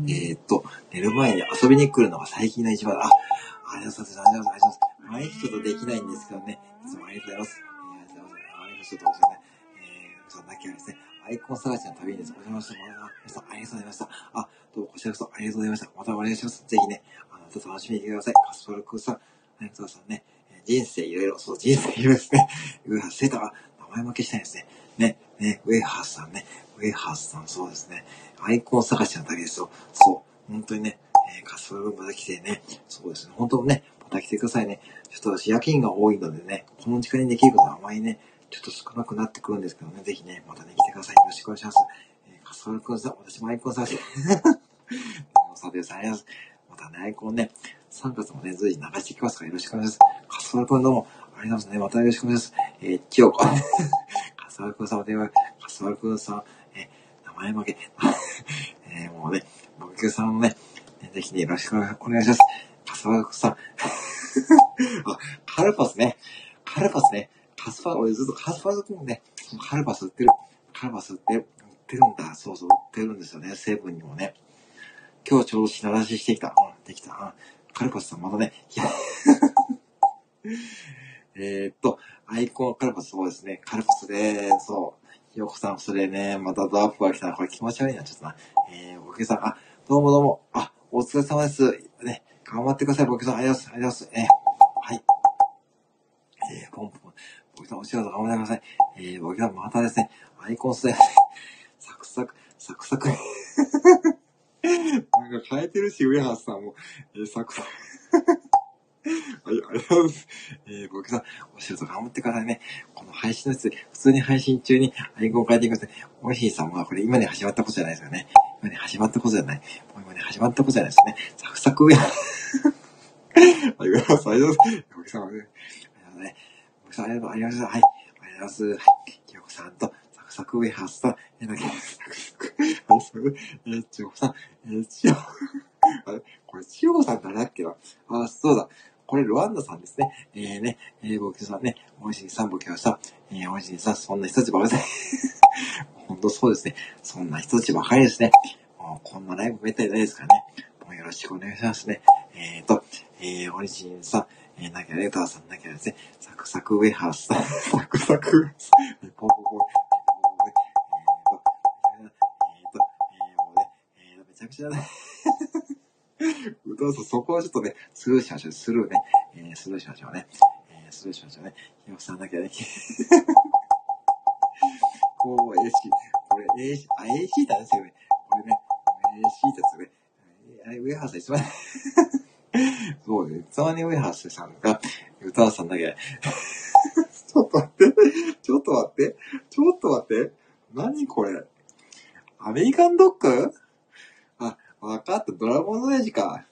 Speaker 1: えー、っと、寝る前に遊びに来るのが最近の一番、あ、ありがとうございます。ありがとうございます。毎日ちょっとできないんですけどね。いつもありがとうございます。えー、ありがとうございます。ありがとうございます。ちょっとですね。えー、そんな気がですね。アイコン探しの旅にです。お邪魔してもらいました。ありがとうございました。あ、どうもこちらこそありがとうございました。またお願いします。ぜひね、あの、ちょっと楽しみにしてください。カスパルクさん、ありがとうございますね。人生いろいろ、そう、人生いろいろですね。ウェハース、セーターが名前負けしたいですね。ね、ね、ウェハースさんね。ウェハースさん、そうですね。アイコン探しの旅ですよ。そう。本当にね、えー、カスパルクまた来てね。そうですね。本当にね、また来てくださいね。ちょっと私夜勤が多いのでね、この時間にできることはあまりね、ちょっと少なくなってくるんですけどね、ぜひね、またね、来てください。よろしくお願いします。えー、カスパルクさん、私もアイコン探し。さてさん、ありがとうございます。またね、アイコンね、さんがつもね、随時流していきますからよろしくお願いします。カスパルくんどうも、ありがとうございますね。またよろしくお願いします。えー、きよこ。カスパルくんさんお電話、カスパルくんさん、えー、名前負け。えー、もうね、僕さんもね、ねぜひね、よろしくお願いします。カスパルくんさん。あ、カルパスね。カルパスね。カスパ、俺ずっとカスパルくんね、カルパス売ってる。カルパス売ってる。売ってるんだ。そうそう、売ってるんですよね。セブンにもね。今日ちょうど品出ししてきた。うん、できた。うん、カルパスさんまたね、いやえーっと、アイコンカルパスそうですね。カルパスで、そう。ひよこさん、それね、またドアップが来たら、これ気持ち悪いな、ちょっとな。えー、ボケさん、あ、どうもどうも。あ、お疲れ様です。ね、頑張ってください、ボケさん。ありがとうございます。ありがとうございます。えー、はい。えー、ポンポン。ボケさん、お仕事頑張ってください。えー、ボケさん、またですね、アイコンスで、サクサク、サクサク。なんか変えてるし、上原さんも、えー、サクサク。はい、ありがとうございます。えー、僕さん、お仕事頑張ってくださいね。この配信のやつ、普通に配信中にアイコンを変えていくと、おいしいさんは、これ今に始まったことじゃないですよね。今に始まったことじゃない。もう今に始まったことじゃないですね。サクサク上原。はい、上原さん、ありがとうございます。僕さん、ありがとうございますね。僕さん、ありがとうございます。はい、ありがとうございます。はい、きよこさんと、サクサク上原さん、えー、だけ、サクサク、はい、サク、えー、ちよこさん、えー、ちよ、あれこれ、ちよこさん誰だっけなあ、そうだ。これ、ルワンダさんですね。えー、ね、えー、僕さんね、おいしいさんぼきました。えー、おいしいさん、そんな人たちばかりです。ほんとそうですね。そんな人たちばかりですね。もう、こんなライブめったにないですからね。もうよろしくお願いしますね。えーと、えー、オリジンさん、えー、なきゃレターさん、なきゃですね、サクサクウェハースさん、サクサクウェハース、えー、ポンポンポン、えーと、えーと、えーと、えー、もうね、えー、めちゃくちゃね。うどんさん、そこはちょっとね、スルーしましょう。スルーね。えー、スルーしましょうね。えー、スルーしましょうね。ひよこさんだけはね。こう、エーシー。これ、エーシー、あ、エーシー なんですよね。これね、エーシー ですよね。あれ、ウェハース一番、そうね。つまにウェハースさんが、歌わさんだけ。ちょっと待って。ちょっと待って。ちょっと待って。何これ。アメリカンドッグ？あ、わかった。ドラゴンのエイジか。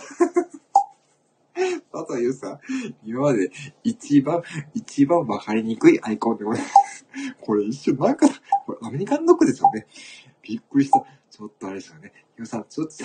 Speaker 1: あというさ、今まで一番、一番わかりにくいアイコンでこれ、これ一瞬なんか、これアメリカンドッグですよね。びっくりした。ちょっとあれですよね。ひよさん、ちょっと、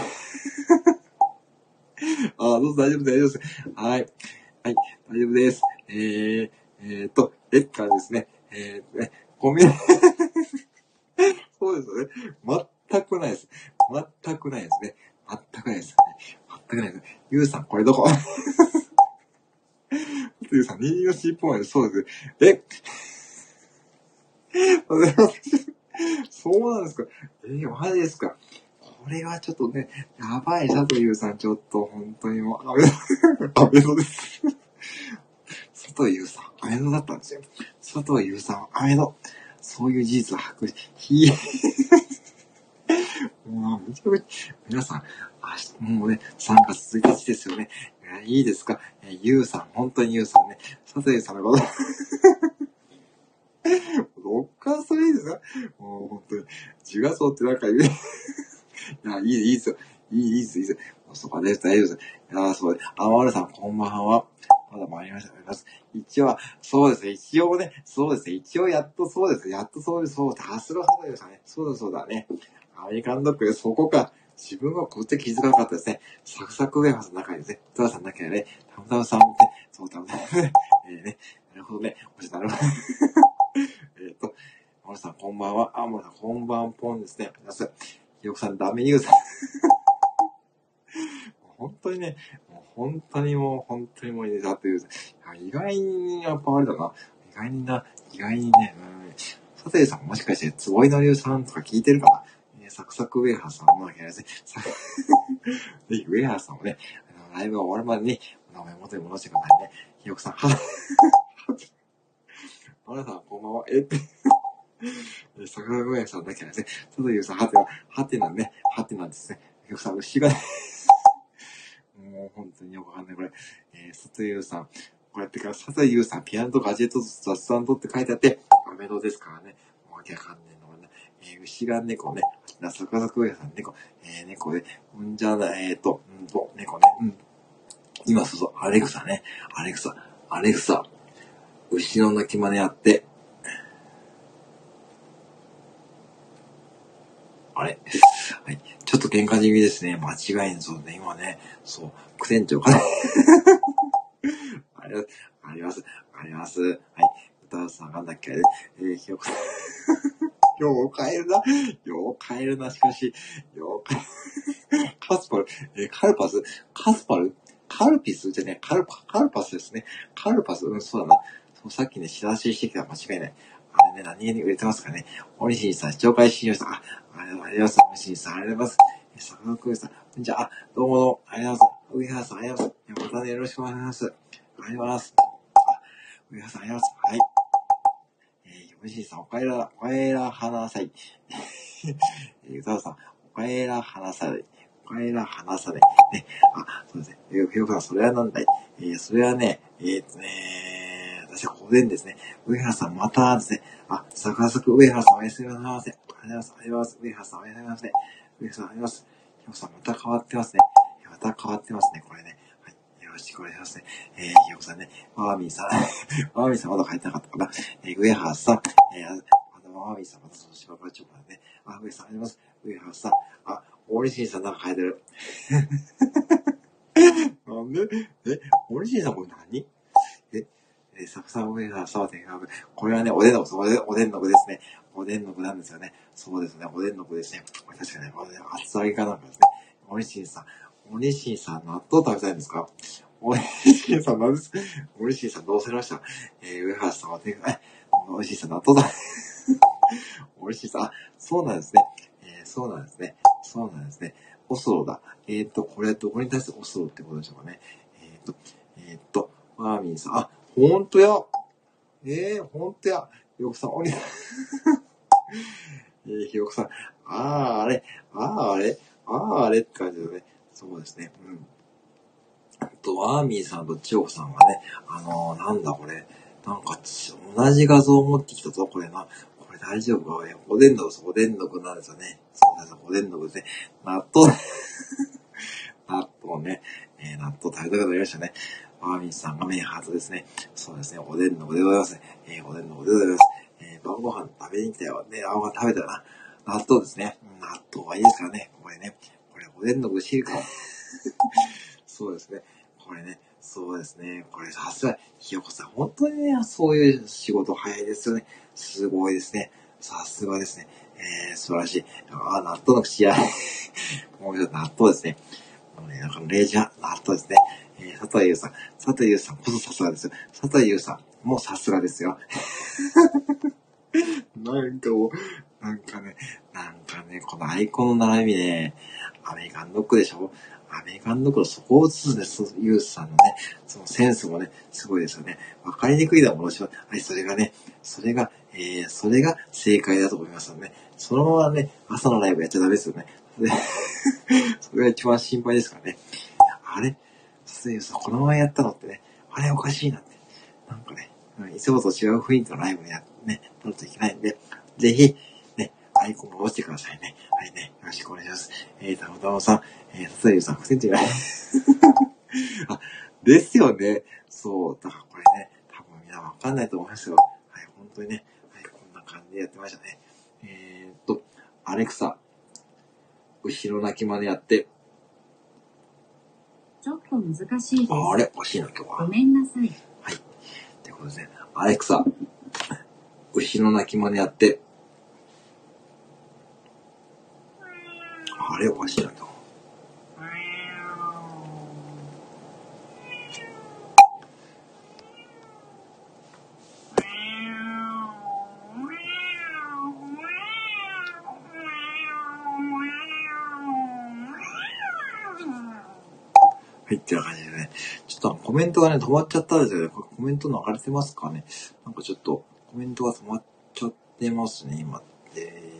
Speaker 1: あ、どうぞ大丈夫です、大丈夫です。はい。はい、大丈夫です。えー、えーと、えっからですね。えーとね、ごめん。そうですよね。全くないです。 全くないですね。全くないです。全くないです。ゆうさん、これどこゆうさん、人間の尻尾まで、そうです。えそうなんですか。えー、マジですか。これはちょっとね、やばい、佐藤優さん、ちょっと、本当にもう、アメド、アメドです。佐藤優さん、アメドだったんですよ。佐藤優さん、アメド。そういう事実を把握し、ひもう、めちゃめちゃ、皆さん、明日、もうね、さんがつついたちですよね。いいですか、えー、ゆうさん、本当にゆうさんね、佐藤優さんのこと、お母さんいいですか、もう本当に、自画像ってなんか言う。いや、いい、いいですよ。いい、いいです、いいです。そこです、大丈夫です。いや、そうです。あ、まるさん、こんばんは。まだ参りました。一応は、そうですね。一応ね、そうですね。一応やっとそうです。やっとそうです。そうだ。さすがそうですね。そうだ、そうだね。アメリカンドッグでそこか。自分はこうやって気づかなかったですね。サクサクウェハースの中にですね、トラさんの中にね、タムタムさんって、そう、タムタムね、えーね、なるほどね。おしなるほど。えっと、まるさん、こんばんは。あ、まるさん、こんばんぽんですね。皆さん、ひよこさん、ダメユーザー。本当にね、もう本当にもう、本当にもういいだっていう。意外に、やっぱあれだな。意外にな、意外にね、うん。サテイさんもしかして、つぼいのりゅうさんとか聞いてるかな、えー、サクサクウェハーさんのわけですね。ぜひ、ウェハーさんもね、あの、ライブが終わるまでに、お名前元に戻してくださいね。ひよこさん、はぁ。あなたはこんばんは。えって。サクサクウェハーさんだけですね。サテイさん、はてな、はてなんね、はてなんですね。ひよこさん、牛がね、もう本当によくわかんない。これ、えー、佐藤優さん。こうやってから、佐藤優さん、ピアノとガジェットと雑談とって書いてあって、アメドですからね。もうわけわかんねえのがね。えー、牛が猫ね。な、サクサクウェイさん、猫。えー、猫で。んじゃあ、えーと、うんと、猫ね。うん。今、そうそう、アレクサね。アレクサ。アレクサ。牛の鳴き真似やって。あれはい。ちょっと喧嘩気味ですね。間違いんそうね。今ね。そう。苦戦長かね。あります。あります。あります。はい。歌うさんなんだっけ、えー、ひよこさん。よう変えるな。よう変えるな、しかし。よう変える。カスパル、えー、カルパスカスパルカルピスじゃね、カルパ、カルパスですね。カルパス、うん、そうだな。そう、さっきね、知らししてきたら間違いない。あれね、何気に売れてますかね。オリシンさん、視聴会信用さん。あ、ありがとうございます。オリシンさん、ありがとうございます。さかなクエさん。じゃあ、どうもどうも、ありがとうございます。上原さん、ありがとうございます。またね、よろしくお願いします。ありがとうございます。あ、上原さん、ありがとうございます。はい。えー、よしさん、おかえら、おかえらはなさい。えー、ゆたさん、おかえらはなさい。おかえらはなさい。ね。あ、そうですね。えー、ひよこさん、それはなんだい。えー、それはね、えー、っとね、私はおでんですね。上原さん、またですね。あ、さかさく上原さん、おやすみなさいませ。ありがとうございます。ありがとうございます。上原さん、おやすみなさいませ。上原さん、ありがとうございます。ひよこさん、また変わってますね。また変わってますね、これね。はい。よろしくお願いしますね。えー、ひよこさんね。マーミーさん。マーミーさんまだ帰ってなかったかな。えー、上原さん。えー、あの、マーミーさんまたその芝倉チョコなんで、ね。あ、上さんあります。上原さん。あ、オリジンさんなんか書いてる。なんでえ、オリジンさんこれ何え、え、サクサクウェイハーサワーテンハーブ。これはね、おでんの具、おでん、おでんの具ですね。おでんの具なんですよね。そうですね、おでんの具ですね。これ確かにね、これね、厚揚げかなんかですね。オリジンさん。オリジンさん、納豆食べたいんですか？オリジンさん、何ですか？オリジンさん、どうされました？えー、ウェハーサワーテン、え、オリジンさん、納豆だ。オリジンさん、あ、そうなんですね。えー、そうなんですね。そうなんですね。オスロだ。えっ、ー、と、これどこに対してオスロってことでしょうかね。えっ、ー、と、えっ、ー、と、マーミンさん。あ、ほんとや。えー、ほんとや。ひよこさん、おに、えー、ひよこさん。あー、あれ。あー、あれ。あー、あれって感じだね。そうですね。うん。あと、アーミーさんと千代子さんがね、あのー、なんだこれ。なんか、同じ画像を持ってきたぞ、これな。これ大丈夫かね。おでんの具、おでんの具なんですよね。そうです、おでんの具ですね。納豆、納豆ね。えー、納豆食べたくなりましたね。アーミンさんがメインハートですね。そうですね。おでんの具でございますね。えー、おでんの具でございます。えー、晩ご飯食べに来たよ。ね、あんま食べたよな。納豆ですね。納豆はいいですからね。これね。これ、おでんの具汁か。そうですね。これね。そうですね。これ、さすが、ひよこさん。本当にね、そういう仕事早いですよね。すごいですね。 さすがですね。えー、素晴らしい。あ、納豆の口や。もうちょっと納豆ですね。もうね、なんかレージャー、納豆ですね。えー、佐藤優さん。佐藤優さんこそさすがですよ。佐藤優さんもさすがですよ。なんかもう、なんかね、なんかね、このアイコンの並びね、アメリカンドッグでしょ？アメリカンドッグのそこを映すね、ユースさんのね、そのセンスもね、すごいですよね。わかりにくいだもん、私は。はい、それがね、それが、えー、それが正解だと思いますのでね。そのままね、朝のライブやっちゃダメですよね。でそれが一番心配ですからね。あれそういうさ、このままやったのってね、あれおかしいなって。なんかね、いつもと違う雰囲気のライブやね、撮るといけないんで、ぜひ、ね、アイコンを押してくださいね。はいね、よろしくお願いします。えー、たまたまさん、えー、ささゆさん、センチぐらい。あ、ですよね。そう、だからこれね、多分みんなわかんないと思いますよ。はい、本当にね、はい、こんな感じでやってましたね。えー、っと、アレクサ、後ろ泣きまでやって、
Speaker 2: ちょっと難しいです。
Speaker 1: あれおかしいな、今日は。
Speaker 2: ごめんなさい。
Speaker 1: はい。ということですね。アレクサ、牛の鳴き真似やって。あれおかしいな、今日。はい、っていう感じでね。ちょっとコメントがね、止まっちゃったんですよね。これコメント流れてますかね。なんかちょっとコメントが止まっちゃってますね、今って。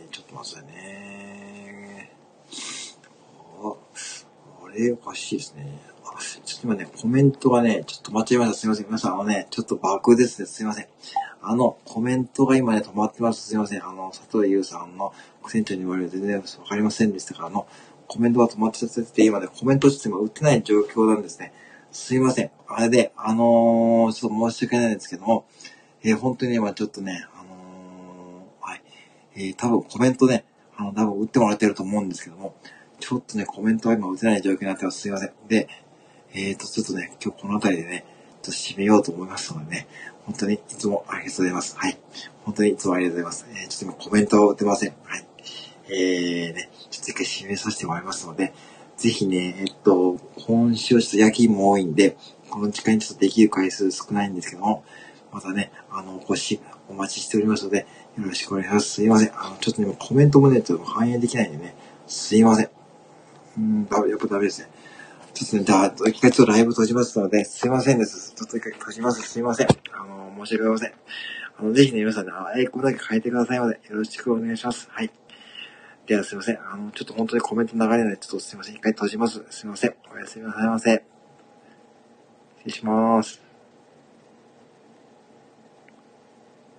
Speaker 1: ちょっと待ってくださいね。あ、あれおかしいですね。あ、ちょっと今ね、コメントがね、ちょっと止まっちゃいました。すいません。皆さん、あのね、ちょっとバグですね。すいません。あの、コメントが今ね、止まってます。すいません。あの、佐藤優さんの船長に言われて全然わかりませんでしたから、あの、コメントが止まっちゃってて、今ね、コメントちょっと今打ってない状況なんですね。すいません。あれで、あのー、ちょっと申し訳ないんですけども、えー、本当に今ちょっとね、あのー、はい。えー、多分コメントね、あの、多分打ってもらってると思うんですけども、ちょっとね、コメントは今打てない状況になってます。すいません。で、えーと、ちょっとね、今日この辺りでね、ちょっと締めようと思いますのでね、本当にいつもありがとうございます。はい。本当にいつもありがとうございます。えー、ちょっと今コメントは打てません。はい。えーね、ちょっと一回締めさせてもらいますので、ぜひね、えっと、今週はちょっと夜勤も多いんで、この時間にちょっとできる回数少ないんですけども、またね、あの、お越し、お待ちしておりますので、よろしくお願いします。すいません。あの、ちょっとね、コメントもね、ちょっと反映できないんでね、すいません。うーん、だやっぱダメですね。ちょっとね、じゃあ、一回ちょっとライブ閉じますので、すいませんです。ちょっと一回閉じます。すいません。あの、申し訳ございません。あの、ぜひね、皆さんね、アイコンだけ変えてくださいので、よろしくお願いします。はい。では、すいません。あの、ちょっと本当にコメント流れないので、ちょっとすいません。一回閉じます。すいません。おやすみなさいませ。失礼します。